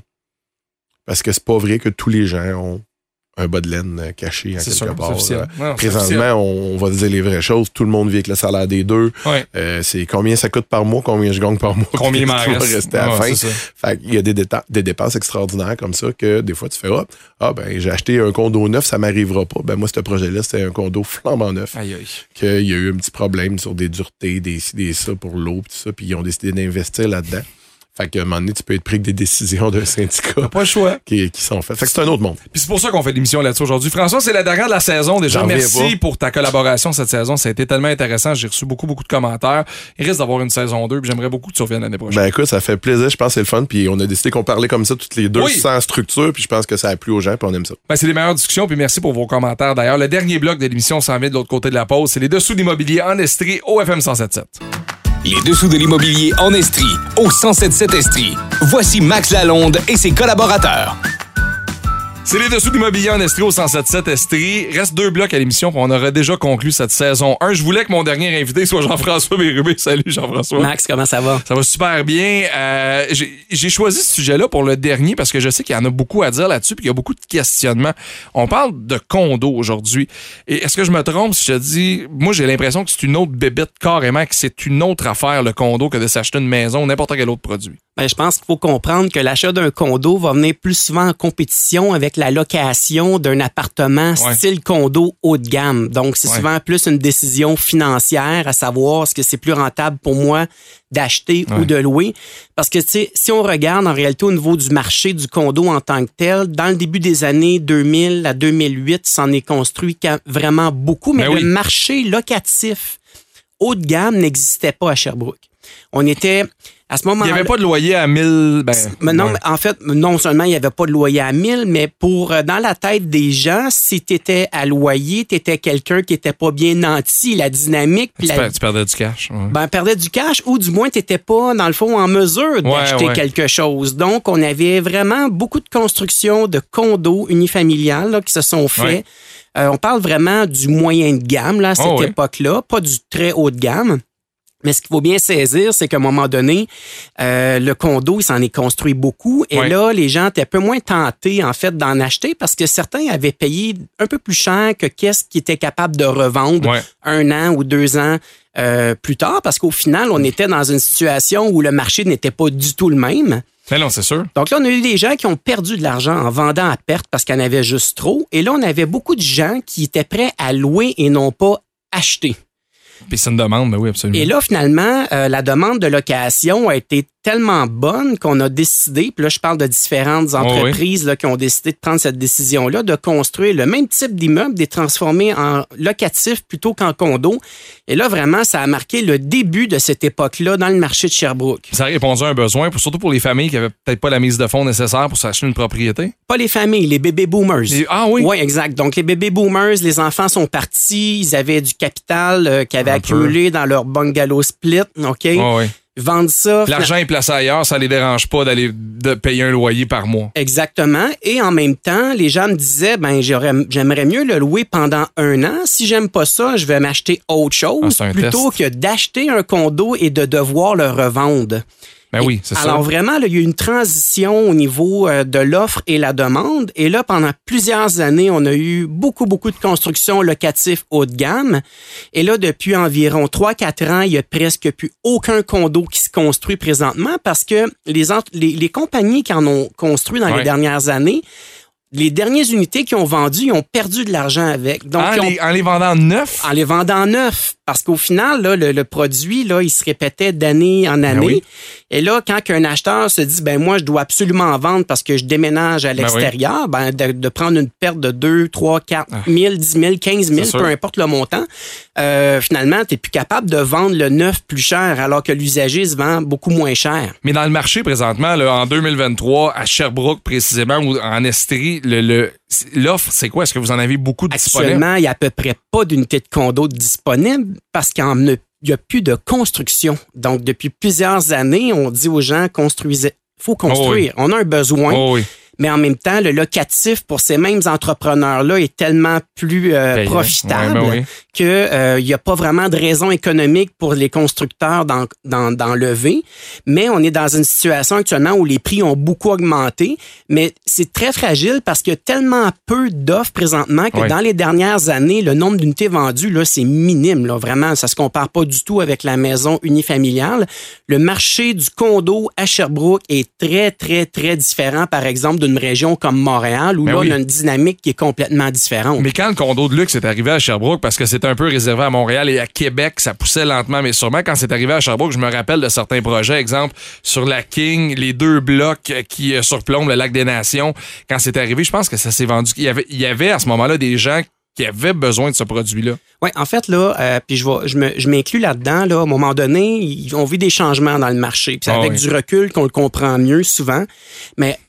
Parce que c'est pas vrai que tous les gens ont un bas de laine caché en c'est quelque sûr, part. c'est officiel. Euh, non, c'est présentement, officiel. on, on va dire les vraies choses. Tout le monde vit avec le salaire des deux. Ouais. Euh, c'est combien ça coûte par mois, combien je gagne par mois. Combien il m'en va reste. rester à la Ouais, fin. c'est ça. Fait qu'il y a des, déta- des dépenses extraordinaires comme ça que des fois tu fais, ah, ah ben j'ai acheté un condo neuf, ça m'arrivera pas. Ben moi, ce projet-là, c'était un condo flambant neuf. Aïe, aïe. Qu'il y a eu un petit problème sur des duretés, des ci, des ça pour l'eau, tout ça, puis ils ont décidé d'investir là-dedans. Fait qu'à un moment donné, tu peux être pris avec des décisions d'un syndicat pas le choix. Qui, qui sont faites. Fait que c'est un autre monde. Puis c'est pour ça qu'on fait l'émission là-dessus aujourd'hui. François, c'est la dernière de la saison. Déjà, J'en merci reviens pas. pour ta collaboration cette saison. Ça a été tellement intéressant. J'ai reçu beaucoup, beaucoup de commentaires. Il risque d'avoir une saison deux, puis j'aimerais beaucoup que tu reviennes l'année prochaine. Ben écoute, ça fait plaisir. Je pense que c'est le fun. Puis on a décidé qu'on parlait comme ça toutes les deux, Oui. sans structure. Puis je pense que ça a plu aux gens. Puis on aime ça. Ben, c'est les meilleures discussions, puis merci pour vos commentaires. D'ailleurs, le dernier bloc de l'émission s'en vient de l'autre côté de la pause. C'est les dessous d'immobilier en Estrie au F M cent sept sept. Les dessous de l'immobilier en Estrie, au cent sept sept Estrie. Voici Max Lalonde et ses collaborateurs. C'est les dessous de l'immobilier en Estrie au cent sept sept Estrie. Reste deux blocs à l'émission, puis on aurait déjà conclu cette saison un. Je voulais que mon dernier invité soit Jean-François Bérubé. Salut Jean-François. Max, comment ça va? Ça va super bien. Euh, j'ai, j'ai choisi ce sujet-là pour le dernier parce que je sais qu'il y en a beaucoup à dire là-dessus, puis qu'il y a beaucoup de questionnements. On parle de condo aujourd'hui. Et est-ce que je me trompe si je te dis, moi j'ai l'impression que c'est une autre bébête carrément, que c'est une autre affaire le condo que de s'acheter une maison ou n'importe quel autre produit? Ben, je pense qu'il faut comprendre que l'achat d'un condo va venir plus souvent en compétition avec la location d'un appartement ouais. style condo haut de gamme. Donc, c'est ouais. souvent plus une décision financière à savoir est-ce que c'est plus rentable pour moi d'acheter ouais. ou de louer. Parce que, tu sais, si on regarde en réalité au niveau du marché du condo en tant que tel, dans le début des années deux mille à deux mille huit, s'en est construit vraiment beaucoup, mais ben le oui. marché locatif haut de gamme n'existait pas à Sherbrooke. On était... À ce moment-là, il n'y avait pas de loyer à mille. Ben, mais non, ouais. mais en fait, non seulement il n'y avait pas de loyer à mille, mais pour dans la tête des gens, si tu étais à loyer, tu étais quelqu'un qui était pas bien nanti, la dynamique. Tu, la, per, tu perdais du cash. Ouais. Ben, perdais du cash ou du moins tu n'étais pas, dans le fond, en mesure d'acheter ouais, ouais. quelque chose. Donc, on avait vraiment beaucoup de construction de condos unifamiliales là, qui se sont faits. Ouais. Euh, on parle vraiment du moyen de gamme là, à cette oh, époque-là, pas du très haut de gamme. Mais ce qu'il faut bien saisir, c'est qu'à un moment donné, euh, le condo, il s'en est construit beaucoup. Et ouais. là, les gens étaient un peu moins tentés, en fait, d'en acheter parce que certains avaient payé un peu plus cher que qu'est-ce qu'ils étaient capables de revendre ouais. un an ou deux ans euh, plus tard. Parce qu'au final, on était dans une situation où le marché n'était pas du tout le même. Mais non, c'est sûr. Donc là, on a eu des gens qui ont perdu de l'argent en vendant à perte parce qu'il y en avait juste trop. Et là, on avait beaucoup de gens qui étaient prêts à louer et non pas acheter. Puis c'est une demande, ben oui, absolument. Et là, finalement, euh, la demande de location a été tellement bonne qu'on a décidé, puis là, je parle de différentes entreprises oh oui. là, qui ont décidé de prendre cette décision-là, de construire le même type d'immeuble, de les transformer en locatif plutôt qu'en condo. Et là, vraiment, ça a marqué le début de cette époque-là dans le marché de Sherbrooke. Ça a répondu à un besoin, surtout pour les familles qui n'avaient peut-être pas la mise de fonds nécessaire pour s'acheter une propriété? Pas les familles, les bébés boomers. Les... Ah oui? Oui, exact. Donc, les bébés boomers, les enfants sont partis, ils avaient du capital euh, qu'ils avaient un accumulé peu. Dans leur bungalow split, OK? Oh oui. Vendent ça. L'argent est placé ailleurs, ça les dérange pas d'aller de payer un loyer par mois. Exactement. Et en même temps, les gens me disaient, ben j'aurais, j'aimerais mieux le louer pendant un an. Si j'aime pas ça, je vais m'acheter autre chose ah, plutôt test. que d'acheter un condo et de devoir le revendre. Ben oui, c'est alors ça. Alors vraiment, là, il y a eu une transition au niveau euh, de l'offre et la demande. Et là, pendant plusieurs années, on a eu beaucoup, beaucoup de constructions locatives haut de gamme. Et là, depuis environ trois à quatre ans, il n'y a presque plus aucun condo qui se construit présentement parce que les, ent- les, les compagnies qui en ont construit dans ouais. les dernières années, les dernières unités qu'ils ont vendues, ils ont perdu de l'argent avec. Donc, en, ont, les, en les vendant neufs? En les vendant neufs. Parce qu'au final, là, le, le produit, là, il se répétait d'année en année. Ben oui. Et là, quand un acheteur se dit, ben moi, je dois absolument vendre parce que je déménage à l'extérieur, ben, oui. ben de, de prendre une perte de deux, trois, quatre mille, dix mille, quinze mille, peu importe le montant, euh, finalement, tu n'es plus capable de vendre le neuf plus cher alors que l'usager se vend beaucoup moins cher. Mais dans le marché présentement, là, en deux mille vingt-trois, à Sherbrooke précisément, ou en Estrie, le, le, l'offre, c'est quoi? Est-ce que vous en avez beaucoup de disponibles? Actuellement, il n'y a à peu près pas d'unités de condo disponibles parce qu'il n'y a plus de construction. Donc, depuis plusieurs années, on dit aux gens, construisez. Il faut construire. Oh oui. On a un besoin. Oh oui. Mais en même temps, le locatif pour ces mêmes entrepreneurs-là est tellement plus euh, profitable ouais, ben oui. que euh, il n'y a pas vraiment de raison économique pour les constructeurs d'en, d'en, d'en lever. Mais on est dans une situation actuellement où les prix ont beaucoup augmenté. Mais c'est très fragile parce qu'il y a tellement peu d'offres présentement que ouais. dans les dernières années, le nombre d'unités vendues, là, c'est minime. Là, vraiment, ça se compare pas du tout avec la maison unifamiliale. Le marché du condo à Sherbrooke est très, très, très différent, par exemple, d'une région comme Montréal, où ben là, oui. on a une dynamique qui est complètement différente. Mais quand le condo de luxe est arrivé à Sherbrooke, parce que c'était un peu réservé à Montréal et à Québec, ça poussait lentement, mais sûrement quand c'est arrivé à Sherbrooke, je me rappelle de certains projets, exemple, sur la King, les deux blocs qui surplombent le lac des Nations, quand c'est arrivé, je pense que ça s'est vendu. Il y avait, il y avait à ce moment-là des gens qui avaient besoin de ce produit-là. Oui, en fait, là, euh, puis je, vais, je, me, je m'inclus là-dedans, là, à un moment donné, ils ont vu des changements dans le marché. Puis c'est oh avec oui. du recul qu'on le comprend mieux souvent. Mais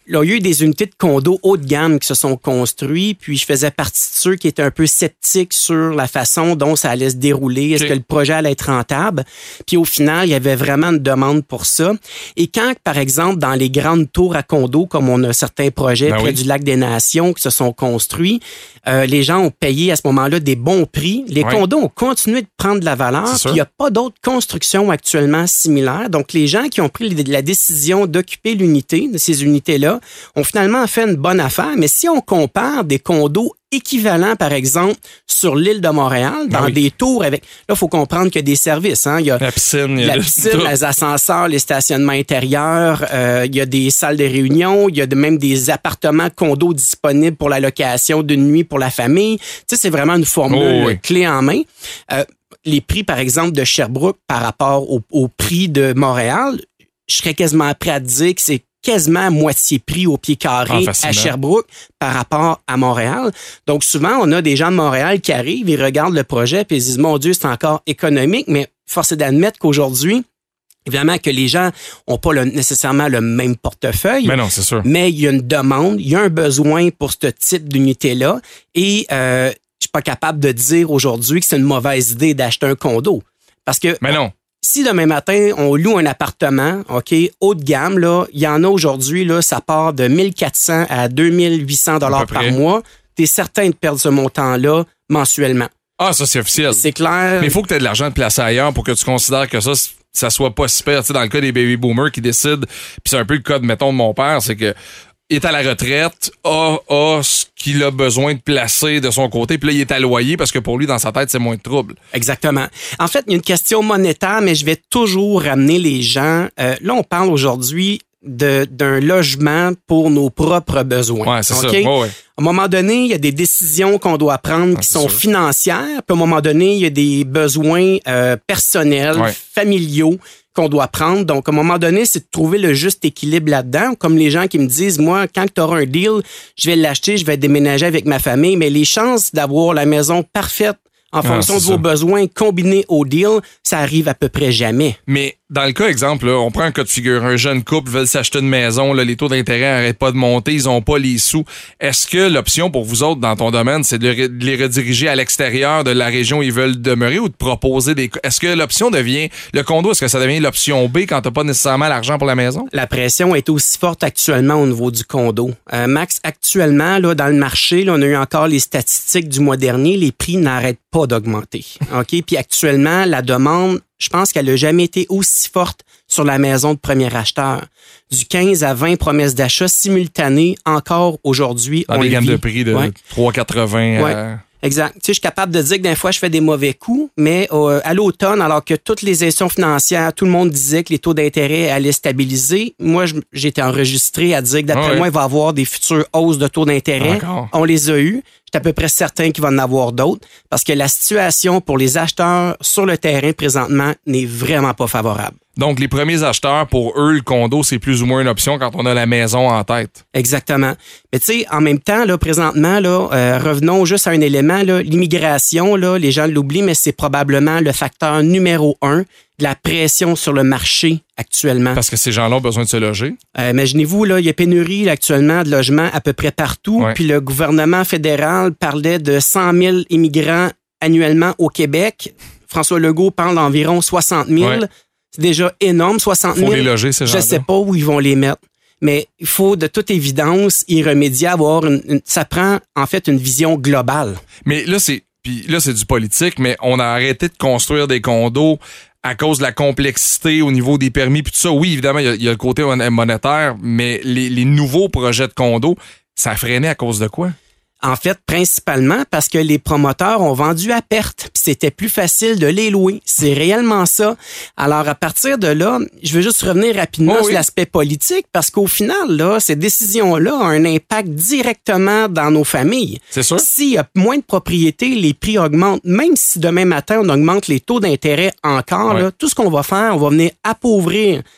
là, il y a eu des unités de condos haut de gamme qui se sont construites, puis je faisais partie de ceux qui étaient un peu sceptiques sur la façon dont ça allait se dérouler. Est-ce okay. que le projet allait être rentable? Puis au final, il y avait vraiment une demande pour ça. Et quand, par exemple, dans les grandes tours à condos, comme on a certains projets ben près oui. du Lac des Nations qui se sont construits, euh, les gens ont payé à ce moment-là des bons prix. Les oui. condos ont continué de prendre de la valeur. Puis il n'y a pas d'autres constructions actuellement similaires. Donc, les gens qui ont pris la décision d'occuper l'unité, de ces unités-là, ont finalement fait une bonne affaire. Mais si on compare des condos équivalents, par exemple, sur l'île de Montréal, dans ben oui. des tours avec... Là, il faut comprendre qu'il y a des services. Hein. Il y a la piscine, il y a la le... piscine, les ascenseurs, les stationnements intérieurs, euh, il y a des salles de réunion, il y a de, même des appartements condos disponibles pour la location d'une nuit pour la famille. Tu sais, c'est vraiment une formule oh, oui. clé en main. Euh, les prix, par exemple, de Sherbrooke par rapport au, au prix de Montréal, je serais quasiment prêt à te dire que c'est quasiment à moitié prix au pied carré ah, à Sherbrooke par rapport à Montréal. Donc, souvent, on a des gens de Montréal qui arrivent, ils regardent le projet puis ils disent « Mon Dieu, c'est encore économique », mais force est d'admettre qu'aujourd'hui, évidemment que les gens n'ont pas le, nécessairement le même portefeuille. Mais non, c'est sûr. Mais il y a une demande, il y a un besoin pour ce type d'unité-là et euh, je suis pas capable de dire aujourd'hui que c'est une mauvaise idée d'acheter un condo. Parce que... Mais non. Si demain matin, on loue un appartement, OK, haut de gamme, là, il y en a aujourd'hui, là, ça part de mille quatre cents à deux mille huit cents dollars par mois. Tu es certain de perdre ce montant-là mensuellement. Ah, ça, c'est officiel. C'est clair. Mais il faut que tu aies de l'argent de placer ailleurs pour que tu considères que ça, ça soit pas super. Tu sais, dans le cas des baby boomers qui décident, puis c'est un peu le cas, de, mettons, de mon père, c'est que il est à la retraite, a, a ce qu'il a besoin de placer de son côté, puis là, il est à loyer parce que pour lui, dans sa tête, c'est moins de trouble. Exactement. En fait, il y a une question monétaire, mais je vais toujours ramener les gens. Euh, là, on parle aujourd'hui de, d'un logement pour nos propres besoins. Ouais, c'est okay? ça. Ouais, ouais. À un moment donné, il y a des décisions qu'on doit prendre ah, qui sont sûr. financières, puis à un moment donné, il y a des besoins euh, personnels, ouais. familiaux, qu'on doit prendre. Donc, à un moment donné, c'est de trouver le juste équilibre là-dedans. Comme les gens qui me disent, moi, quand tu auras un deal, je vais l'acheter, je vais déménager avec ma famille. Mais les chances d'avoir la maison parfaite en fonction ah, de vos ça. besoins combinés au deal, ça arrive à peu près jamais. Mais dans le cas, exemple, là, on prend un cas de figure. Un jeune couple veut s'acheter une maison, là, les taux d'intérêt n'arrêtent pas de monter, ils n'ont pas les sous. Est-ce que l'option pour vous autres dans ton domaine, c'est de les rediriger à l'extérieur de la région où ils veulent demeurer ou de proposer des... Est-ce que l'option devient... Le condo, est-ce que ça devient l'option B quand tu n'as pas nécessairement l'argent pour la maison? La pression est aussi forte actuellement au niveau du condo. Euh, Max, actuellement, là, dans le marché, là, on a eu encore les statistiques du mois dernier, les prix n'arrêtent pas d'augmenter. OK? Puis actuellement, la demande, je pense qu'elle n'a jamais été aussi forte sur la maison de premier acheteur. Du quinze à vingt promesses d'achat simultanées encore aujourd'hui. Dans des gammes de prix de ouais. trois quatre-vingts. Ouais. Euh... Exact. Tu sais, je suis capable de dire que des fois, je fais des mauvais coups, mais euh, à l'automne, alors que toutes les institutions financières, tout le monde disait que les taux d'intérêt allaient stabiliser, moi, j'ai été enregistré à dire que d'après ouais. moi, il va y avoir des futures hausses de taux d'intérêt. D'accord. On les a eues. J'étais à peu près certain qu'il va en avoir d'autres parce que la situation pour les acheteurs sur le terrain présentement n'est vraiment pas favorable. Donc, les premiers acheteurs, pour eux, le condo, c'est plus ou moins une option quand on a la maison en tête. Exactement. Mais tu sais, en même temps, là, présentement, là, euh, revenons juste à un élément, là, l'immigration, là, les gens l'oublient, mais c'est probablement le facteur numéro un de la pression sur le marché actuellement. Parce que ces gens-là ont besoin de se loger. Euh, imaginez-vous, là, il y a pénurie là, actuellement de logements à peu près partout. Ouais. Puis le gouvernement fédéral parlait de cent mille immigrants annuellement au Québec. François Legault parle d'environ soixante mille. Ouais. C'est déjà énorme, soixante mille. Il faut les loger, ces gens-là. Je sais pas où ils vont les mettre. Mais il faut, de toute évidence, y remédier, avoir une, une, ça prend, en fait, une vision globale. Mais là, c'est, puis là, c'est du politique, mais on a arrêté de construire des condos à cause de la complexité au niveau des permis puis tout ça. Oui, évidemment, il y, y a le côté monétaire, mais les, les nouveaux projets de condos, ça a freiné à cause de quoi? En fait, principalement parce que les promoteurs ont vendu à perte, puis c'était plus facile de les louer. C'est réellement ça. Alors, à partir de là, je veux juste revenir rapidement oh, sur oui. l'aspect politique, parce qu'au final, là, ces décisions-là ont un impact directement dans nos familles. C'est sûr. S'il y a moins de propriétés, les prix augmentent. Même si demain matin, on augmente les taux d'intérêt encore, oui. là, tout ce qu'on va faire, on va venir appauvrir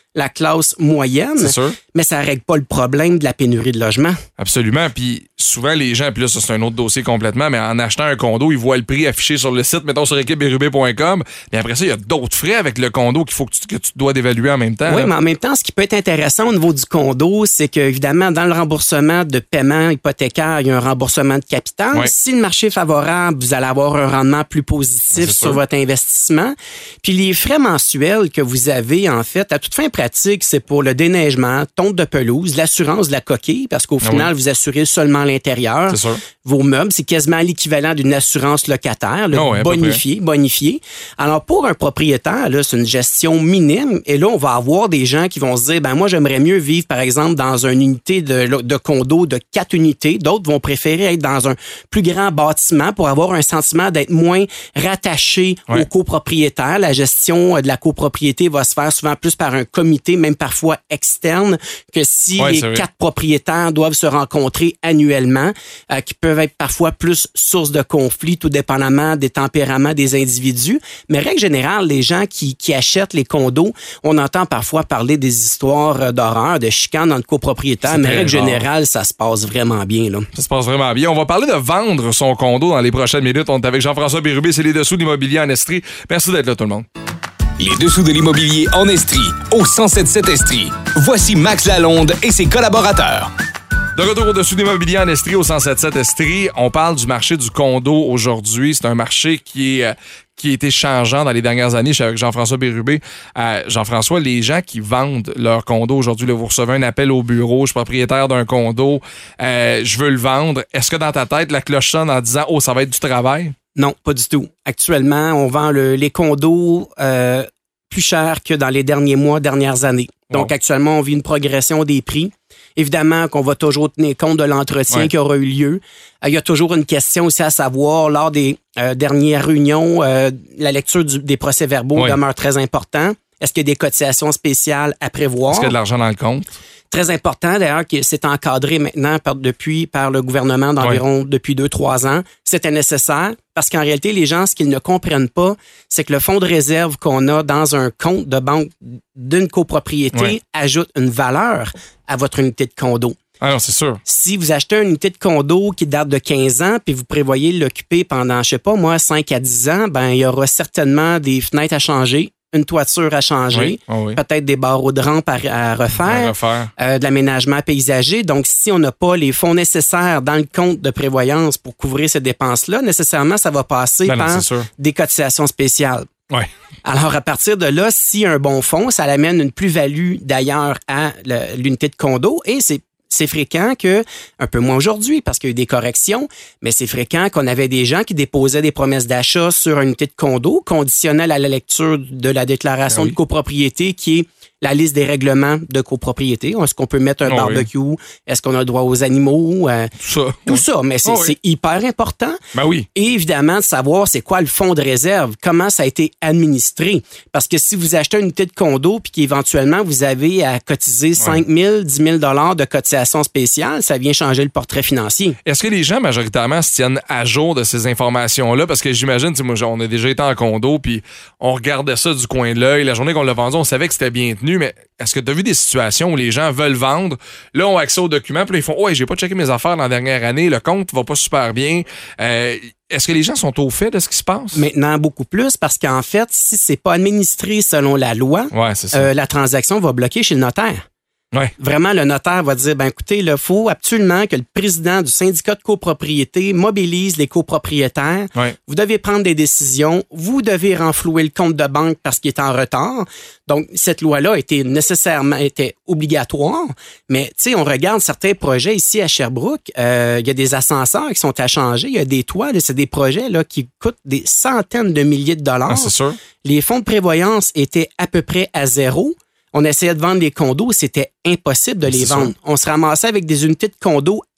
la classe moyenne, c'est sûr. Mais ça ne règle pas le problème de la pénurie de logement. Absolument. Puis souvent, les gens, puis là, ça, c'est un autre dossier complètement, mais en achetant un condo, ils voient le prix affiché sur le site, mettons sur équipe bérubé point com. Mais après ça, il y a d'autres frais avec le condo qu'il faut que tu, que tu dois d'évaluer en même temps. Oui, là. mais en même temps, ce qui peut être intéressant au niveau du condo, c'est qu'évidemment, dans le remboursement de paiement hypothécaire, il y a un remboursement de capital. Ouais. Si le marché est favorable, vous allez avoir un rendement plus positif C'est sur sûr. votre investissement. Puis les frais mensuels que vous avez, en fait, à toute fin pratique, c'est pour le déneigement, tonte de pelouse, l'assurance de la coquille, parce qu'au Ah final, oui. vous assurez seulement l'intérieur. C'est sûr. Vos meubles, c'est quasiment l'équivalent d'une assurance locataire, là, Ah ouais, à peu bonifiée, bonifiée. Alors, pour un propriétaire, là, c'est une gestion minime. Et là, on va avoir des gens qui vont se dire, ben moi, j'aimerais mieux vivre, par exemple, dans une unité de, de condo de quatre unités. D'autres vont préférer être dans un plus grand bâtiment pour avoir un sentiment d'être moins rattaché Ouais. au copropriétaire. La gestion de la copropriété va se faire souvent plus par un comité, même parfois externe, que si Ouais, les c'est vrai. quatre propriétaires doivent se rencontrer annuellement, euh, qui peuvent être parfois plus source de conflits, tout dépendamment des tempéraments des individus. Mais règle générale, les gens qui, qui achètent les condos, on entend parfois parler des histoires euh, d'horreur, de chicanes entre copropriétaires, C'est mais très règle rare. générale, ça se passe vraiment bien, là. Ça se passe vraiment bien. On va parler de vendre son condo dans les prochaines minutes. On est avec Jean-François Bérubé, c'est les dessous de l'immobilier en Estrie. Merci d'être là, tout le monde. Les dessous de l'immobilier en Estrie, au cent sept sept Estrie. Voici Max Lalonde et ses collaborateurs. De retour au-dessus de l'immobilier en Estrie, au cent sept sept Estrie. On parle du marché du condo aujourd'hui. C'est un marché qui est... euh, qui a été changeant dans les dernières années. Je suis avec Jean-François Bérubé. Euh, Jean-François, les gens qui vendent leur condo aujourd'hui, là, vous recevez un appel au bureau, je suis propriétaire d'un condo, euh, je veux le vendre. Est-ce que dans ta tête, la cloche sonne en disant « Oh, ça va être du travail ». Non, pas du tout. Actuellement, on vend le, les condos euh, plus cher que dans les derniers mois, dernières années. Donc, Wow. actuellement, on vit une progression des prix. Évidemment qu'on va toujours tenir compte de l'entretien Ouais. qui aura eu lieu. Euh, il y a toujours une question aussi à savoir, lors des euh, dernières réunions, euh, la lecture du- des procès-verbaux Ouais. demeure très important. Est-ce qu'il y a des cotisations spéciales à prévoir? Est-ce qu'il y a de l'argent dans le compte? Très important, d'ailleurs, que c'est encadré maintenant par, depuis, par le gouvernement d'environ depuis deux, trois ans. C'était nécessaire parce qu'en réalité, les gens, ce qu'ils ne comprennent pas, c'est que le fonds de réserve qu'on a dans un compte de banque d'une copropriété Ouais. ajoute une valeur à votre unité de condo. Ah non, c'est sûr. Si vous achetez une unité de condo qui date de quinze ans, puis vous prévoyez l'occuper pendant, je sais pas moi, cinq à dix ans, ben il y aura certainement des fenêtres à changer, une toiture à changer, Oui, oh oui. peut-être des barreaux de rampe à, à refaire, À refaire. euh, de l'aménagement paysager. Donc, si on n'a pas les fonds nécessaires dans le compte de prévoyance pour couvrir ces dépenses-là, nécessairement, ça va passer Ben non, par c'est sûr. des cotisations spéciales. Ouais. Alors, à partir de là, si un bon fonds, ça amène une plus-value d'ailleurs à le- l'unité de condo et c'est C'est fréquent que, un peu moins aujourd'hui parce qu'il y a eu des corrections, mais c'est fréquent qu'on avait des gens qui déposaient des promesses d'achat sur une unité de condo conditionnelles à la lecture de la déclaration Ah oui. de copropriété qui est la liste des règlements de copropriété. Est-ce qu'on peut mettre un Ah oui. barbecue? Est-ce qu'on a le droit aux animaux? Euh, Tout ça. tout ça, mais c'est Ah oui. c'est hyper important. Ben oui. Et évidemment, de savoir c'est quoi le fonds de réserve, comment ça a été administré. Parce que si vous achetez une unité de condo puis qu'éventuellement vous avez à cotiser cinq mille, dix mille dollars de cotisation spéciale, ça vient changer le portrait financier. Est-ce que les gens, majoritairement, se tiennent à jour de ces informations-là? Parce que j'imagine, tu sais, moi, on a déjà été en condo, puis on regardait ça du coin de l'œil. La journée qu'on l'a vendu, on savait que c'était bien tenu, mais est-ce que tu as vu des situations où les gens veulent vendre, là, ont accès aux documents, puis là, ils font « Ouais, j'ai pas checké mes affaires dans la dernière année, le compte va pas super bien. Euh, » Est-ce que les gens sont au fait de ce qui se passe? Maintenant, beaucoup plus, parce qu'en fait, si c'est pas administré selon la loi, Ouais, c'est ça. euh, la transaction va bloquer chez le notaire. Ouais. Vraiment, le notaire va dire, ben écoutez, il faut absolument que le président du syndicat de copropriété mobilise les copropriétaires. Ouais. Vous devez prendre des décisions. Vous devez renflouer le compte de banque parce qu'il est en retard. Donc, cette loi-là était nécessairement était obligatoire. Mais, tu sais, on regarde certains projets ici à Sherbrooke. Euh, il y a des ascenseurs qui sont à changer. Il y a des toits. là, C'est des projets là, qui coûtent des centaines de milliers de dollars. Ah, c'est sûr. Les fonds de prévoyance étaient à peu près à zéro. On essayait de vendre les condos, c'était impossible de les C'est vendre. sûr. On se ramassait avec des unités de condos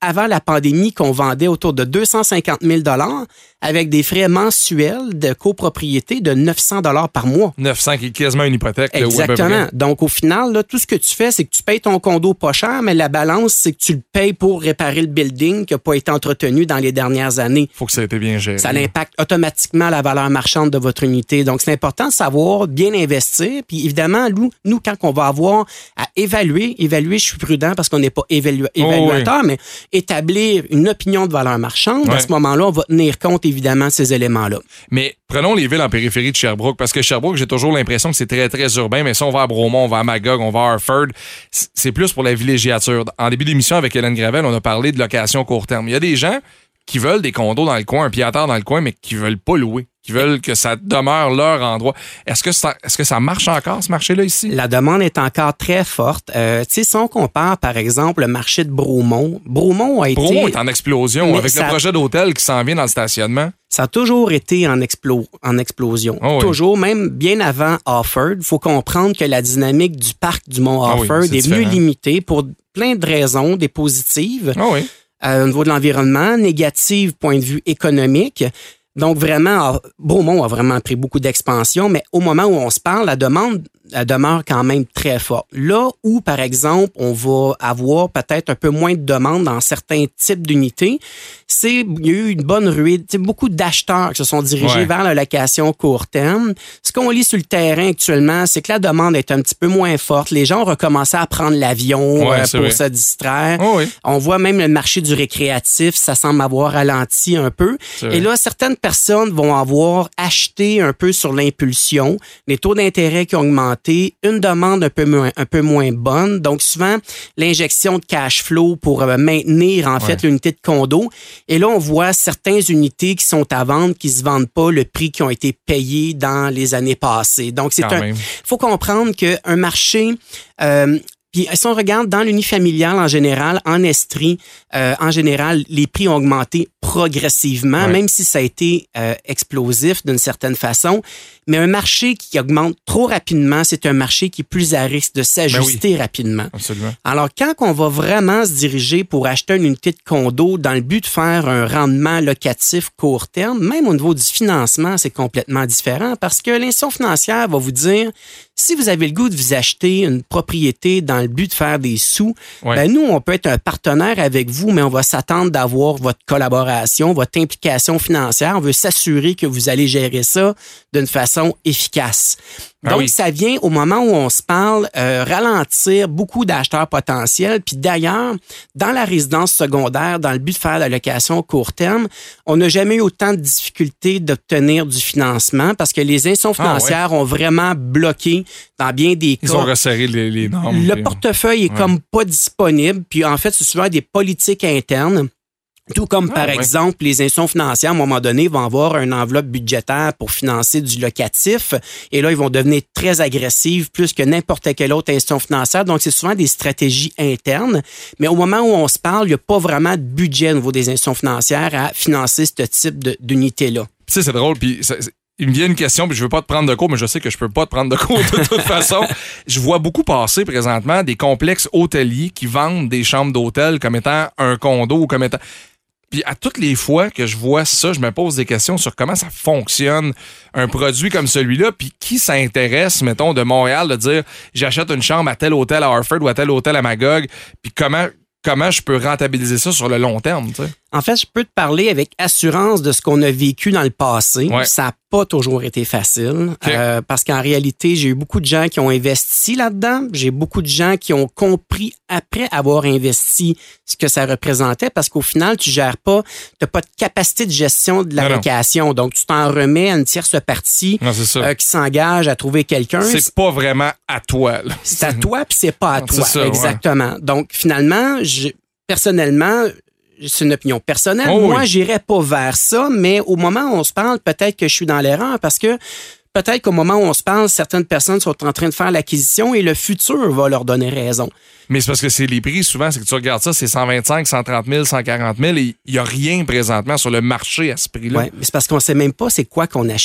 avant la pandémie qu'on vendait autour de deux cent cinquante mille dollars avec des frais mensuels de copropriété de neuf cents dollars par mois. neuf cents qui est quasiment une hypothèque. Exactement. Là, donc, au final, là, tout ce que tu fais, c'est que tu payes ton condo pas cher, mais la balance, c'est que tu le payes pour réparer le building qui n'a pas été entretenu dans les dernières années. Il faut que ça ait été bien géré. Ça impacte automatiquement la valeur marchande de votre unité. Donc, c'est important de savoir bien investir. Puis, évidemment, nous, nous quand on va avoir à évaluer, évaluer, je suis prudent parce qu'on n'est pas évalu- évaluateur, oh, oui. mais établir une opinion de valeur marchande, ouais. à ce moment-là, on va tenir compte, évidemment, de ces éléments-là. Mais prenons les villes en périphérie de Sherbrooke, parce que Sherbrooke, j'ai toujours l'impression que c'est très, très urbain, mais si on va à Bromont, on va à Magog, on va à Harford, c'est plus pour la villégiature. En début d'émission, avec Hélène Gravel, on a parlé de location court terme. Il y a des gens qui veulent des condos dans le coin, un pied-à-terre dans le coin, mais qui veulent pas louer, qui veulent que ça demeure leur endroit. Est-ce que ça, est-ce que ça marche encore, ce marché-là, ici? La demande est encore très forte. Euh, tu sais, si on compare, par exemple, le marché de Bromont, Bromont a été... Bromont est en explosion, avec ça... le projet d'hôtel qui s'en vient dans le stationnement. Ça a toujours été en, explo- en explosion. Oh oui. Toujours, même bien avant Harford. Il faut comprendre que la dynamique du parc du Mont Harford oh oui, est, est mieux limitée pour plein de raisons, des positives. Oh oui. Euh, au niveau de l'environnement, négative point de vue économique. Donc, vraiment, Bromont a vraiment pris beaucoup d'expansion, mais au moment où on se parle, la demande elle demeure quand même très forte. Là où, par exemple, on va avoir peut-être un peu moins de demandes dans certains types d'unités, c'est il y a eu une bonne ruée, beaucoup d'acheteurs qui se sont dirigés ouais. vers la location court terme. Ce qu'on lit sur le terrain actuellement, c'est que la demande est un petit peu moins forte. Les gens ont recommencé à prendre l'avion ouais, euh, pour vrai. se distraire. Oh, oui. On voit même le marché du récréatif, ça semble avoir ralenti un peu. C'est Et vrai. là, certaines personnes vont avoir acheté un peu sur l'impulsion, les taux d'intérêt qui ont augmenté, une demande un peu moins, un peu moins bonne. Donc, souvent, l'injection de cash flow pour euh, maintenir, en ouais. fait, l'unité de condo. Et là, on voit certaines unités qui sont à vendre, qui se vendent pas le prix qui ont été payés dans les années passées. Donc, c'est Quand un, faut comprendre qu'un marché, euh, puis si on regarde dans l'unifamilial en général, en Estrie, euh, en général, les prix ont augmenté progressivement, ouais. même si ça a été euh, explosif d'une certaine façon. Mais un marché qui augmente trop rapidement, c'est un marché qui est plus à risque de s'ajuster ben oui. rapidement. Absolument. Alors, quand on va vraiment se diriger pour acheter une unité de condo dans le but de faire un rendement locatif court terme, même au niveau du financement, c'est complètement différent parce que l'institution financière va vous dire, si vous avez le goût de vous acheter une propriété dans le but de faire des sous, ouais. ben nous, on peut être un partenaire avec vous, mais on va s'attendre d'avoir votre collaboration, votre implication financière. On veut s'assurer que vous allez gérer ça d'une façon efficace. Donc, ah oui. ça vient au moment où on se parle euh, ralentir beaucoup d'acheteurs potentiels. Puis d'ailleurs, dans la résidence secondaire, dans le but de faire la location court terme, on n'a jamais eu autant de difficultés d'obtenir du financement parce que les institutions financières ah ouais. ont vraiment bloqué dans bien des cas. Ils ont resserré les, les normes. Le puis... portefeuille est ouais. comme pas disponible. Puis en fait, c'est souvent des politiques internes. Tout comme, ah, par ouais. exemple, les institutions financières, à un moment donné, vont avoir une enveloppe budgétaire pour financer du locatif. Et là, ils vont devenir très agressifs, plus que n'importe quelle autre institution financière. Donc, c'est souvent des stratégies internes. Mais au moment où on se parle, il n'y a pas vraiment de budget au niveau des institutions financières à financer ce type de, d'unité-là. Tu sais, c'est drôle. Puis ça, il me vient une question, puis je veux pas te prendre de cours, mais je sais que je peux pas te prendre de cours de toute façon. Je vois beaucoup passer présentement des complexes hôteliers qui vendent des chambres d'hôtel comme étant un condo ou comme étant... Puis à toutes les fois que je vois ça, je me pose des questions sur comment ça fonctionne, un produit comme celui-là, puis qui s'intéresse, mettons, de Montréal, de dire j'achète une chambre à tel hôtel à Harford ou à tel hôtel à Magog, puis comment... Comment je peux rentabiliser ça sur le long terme, tu sais? En fait, je peux te parler avec assurance de ce qu'on a vécu dans le passé. Ouais. Ça n'a pas toujours été facile. Okay. Euh, parce qu'en réalité, j'ai eu beaucoup de gens qui ont investi là-dedans. J'ai beaucoup de gens qui ont compris après avoir investi ce que ça représentait parce qu'au final, tu gères pas, tu n'as pas de capacité de gestion de la non, location. Non. Donc, tu t'en remets à une tierce partie non, euh, qui s'engage à trouver quelqu'un. C'est pas vraiment à toi. Là. C'est à toi, puis c'est pas à toi. C'est ça, exactement. Ouais. Donc, finalement, je, personnellement, c'est une opinion personnelle. Oh, Moi, oui. j'irais pas vers ça, mais au moment où on se parle, peut-être que je suis dans l'erreur parce que peut-être qu'au moment où on se parle, certaines personnes sont en train de faire l'acquisition et le futur va leur donner raison. Mais c'est parce que c'est les prix, souvent, c'est que tu regardes ça, c'est cent vingt-cinq, cent trente mille, cent quarante mille et il n'y a rien présentement sur le marché à ce prix-là. Oui, mais c'est parce qu'on ne sait même pas c'est quoi qu'on achète.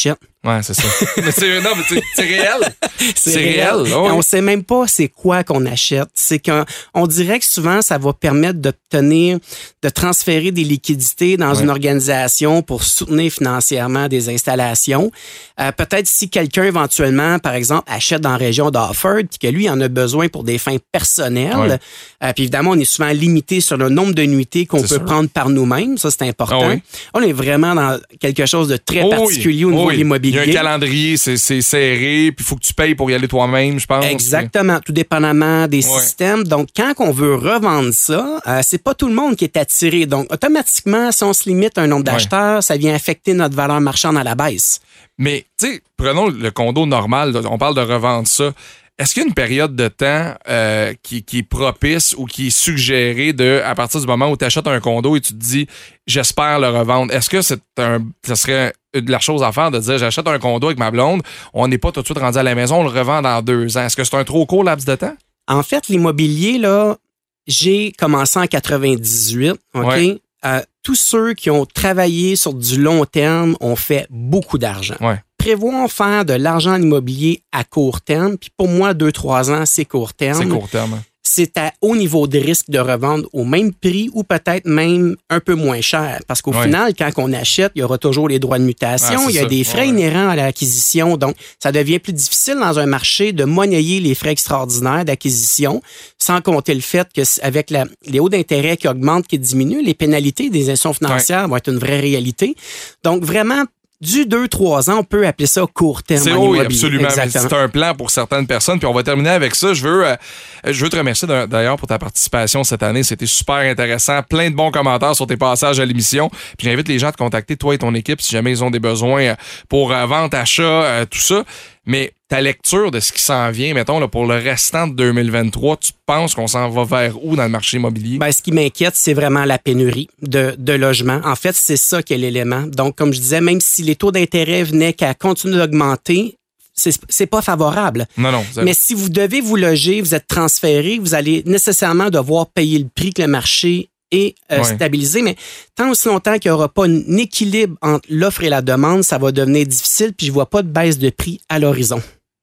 Ouais, c'est ça. mais c'est, non, mais c'est, c'est réel. C'est, c'est réel. réel. Oh, oui. On sait même pas c'est quoi qu'on achète. C'est qu'on on dirait que souvent, ça va permettre d'obtenir, de transférer des liquidités dans ouais. une organisation pour soutenir financièrement des installations. Euh, peut-être si quelqu'un éventuellement, par exemple, achète dans la région d'Offord puis que lui en a besoin pour des fins personnelles. Ouais. Euh, puis évidemment, on est souvent limité sur le nombre de nuitées qu'on c'est peut sûr. prendre par nous-mêmes. Ça, c'est important. Oh, oui. On est vraiment dans quelque chose de très oh, particulier oui. au niveau oh, de l'immobilier. Il y a un calendrier, c'est, c'est serré, puis il faut que tu payes pour y aller toi-même, je pense. Exactement, tout dépendamment des ouais. systèmes. Donc, quand on veut revendre ça, euh, c'est pas tout le monde qui est attiré. Donc, automatiquement, si on se limite à un nombre d'acheteurs, ouais. ça vient affecter notre valeur marchande à la baisse. Mais, tu sais, prenons le condo normal, on parle de revendre ça. Est-ce qu'il y a une période de temps euh, qui, qui est propice ou qui est suggérée de, à partir du moment où tu achètes un condo et tu te dis, j'espère le revendre, est-ce que c'est un, ça serait de la chose à faire de dire, j'achète un condo avec ma blonde, on n'est pas tout de suite rendu à la maison, on le revend dans deux ans. Est-ce que c'est un trop court laps de temps? En fait, l'immobilier, là, j'ai commencé en quatre-vingt-dix-huit, OK? Ouais. Euh, tous ceux qui ont travaillé sur du long terme ont fait beaucoup d'argent. Ouais. Prévoient faire de l'argent en immobilier à court terme. Puis pour moi, deux, trois ans, c'est court terme. C'est court terme. C'est à haut niveau de risque de revendre au même prix ou peut-être même un peu moins cher. Parce qu'au ouais. final, quand on achète, il y aura toujours les droits de mutation. Ah, il y a ça. des frais ouais. inhérents à l'acquisition. Donc, ça devient plus difficile dans un marché de monnayer les frais extraordinaires d'acquisition, sans compter le fait qu'avec la, les hauts d'intérêt qui augmentent, qui diminuent, les pénalités des institutions financières ouais. vont être une vraie réalité. Donc, vraiment, du deux trois ans, on peut appeler ça court terme. C'est oui, absolument. C'est un plan pour certaines personnes. Puis on va terminer avec ça. Je veux, euh, je veux te remercier d'ailleurs pour ta participation cette année. C'était super intéressant. Plein de bons commentaires sur tes passages à l'émission. Puis j'invite les gens à te contacter, toi et ton équipe, si jamais ils ont des besoins pour euh, vente, achat, euh, tout ça. Mais ta lecture de ce qui s'en vient, mettons, là, pour le restant de deux mille vingt-trois, tu penses qu'on s'en va vers où dans le marché immobilier? Ben, ce qui m'inquiète, c'est vraiment la pénurie de, de logements. En fait, c'est ça qui est l'élément. Donc, comme je disais, même si les taux d'intérêt venaient qu'à continuer d'augmenter, c'est, c'est pas favorable. Non, non. Mais si vous devez vous loger, vous êtes transféré, vous allez nécessairement devoir payer le prix que le marché et euh, ouais. stabiliser, mais tant aussi longtemps qu'il n'y aura pas un équilibre entre l'offre et la demande, ça va devenir difficile, puis je vois pas de baisse de prix à l'horizon.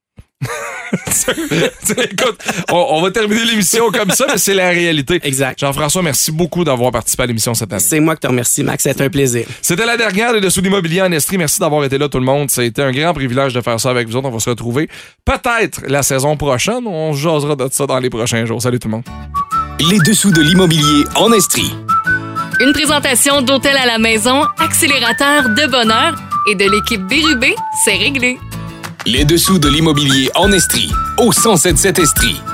Écoute, on, on va terminer l'émission comme ça, mais c'est la réalité. Exact. Jean-François, merci beaucoup d'avoir participé à l'émission cette année. C'est moi qui te remercie, Max. C'était un plaisir. C'était la dernière des Dessous de l'immobilier en Estrie. Merci d'avoir été là, tout le monde. Ça a été un grand privilège de faire ça avec vous autres. On va se retrouver peut-être la saison prochaine. On jasera de ça dans les prochains jours. Salut tout le monde. Les Dessous de l'immobilier en Estrie. Une présentation d'Hôtel à la maison, accélérateur de bonheur et de l'équipe Bérubé, c'est réglé. Les Dessous de l'immobilier en Estrie, au cent sept sept Estrie.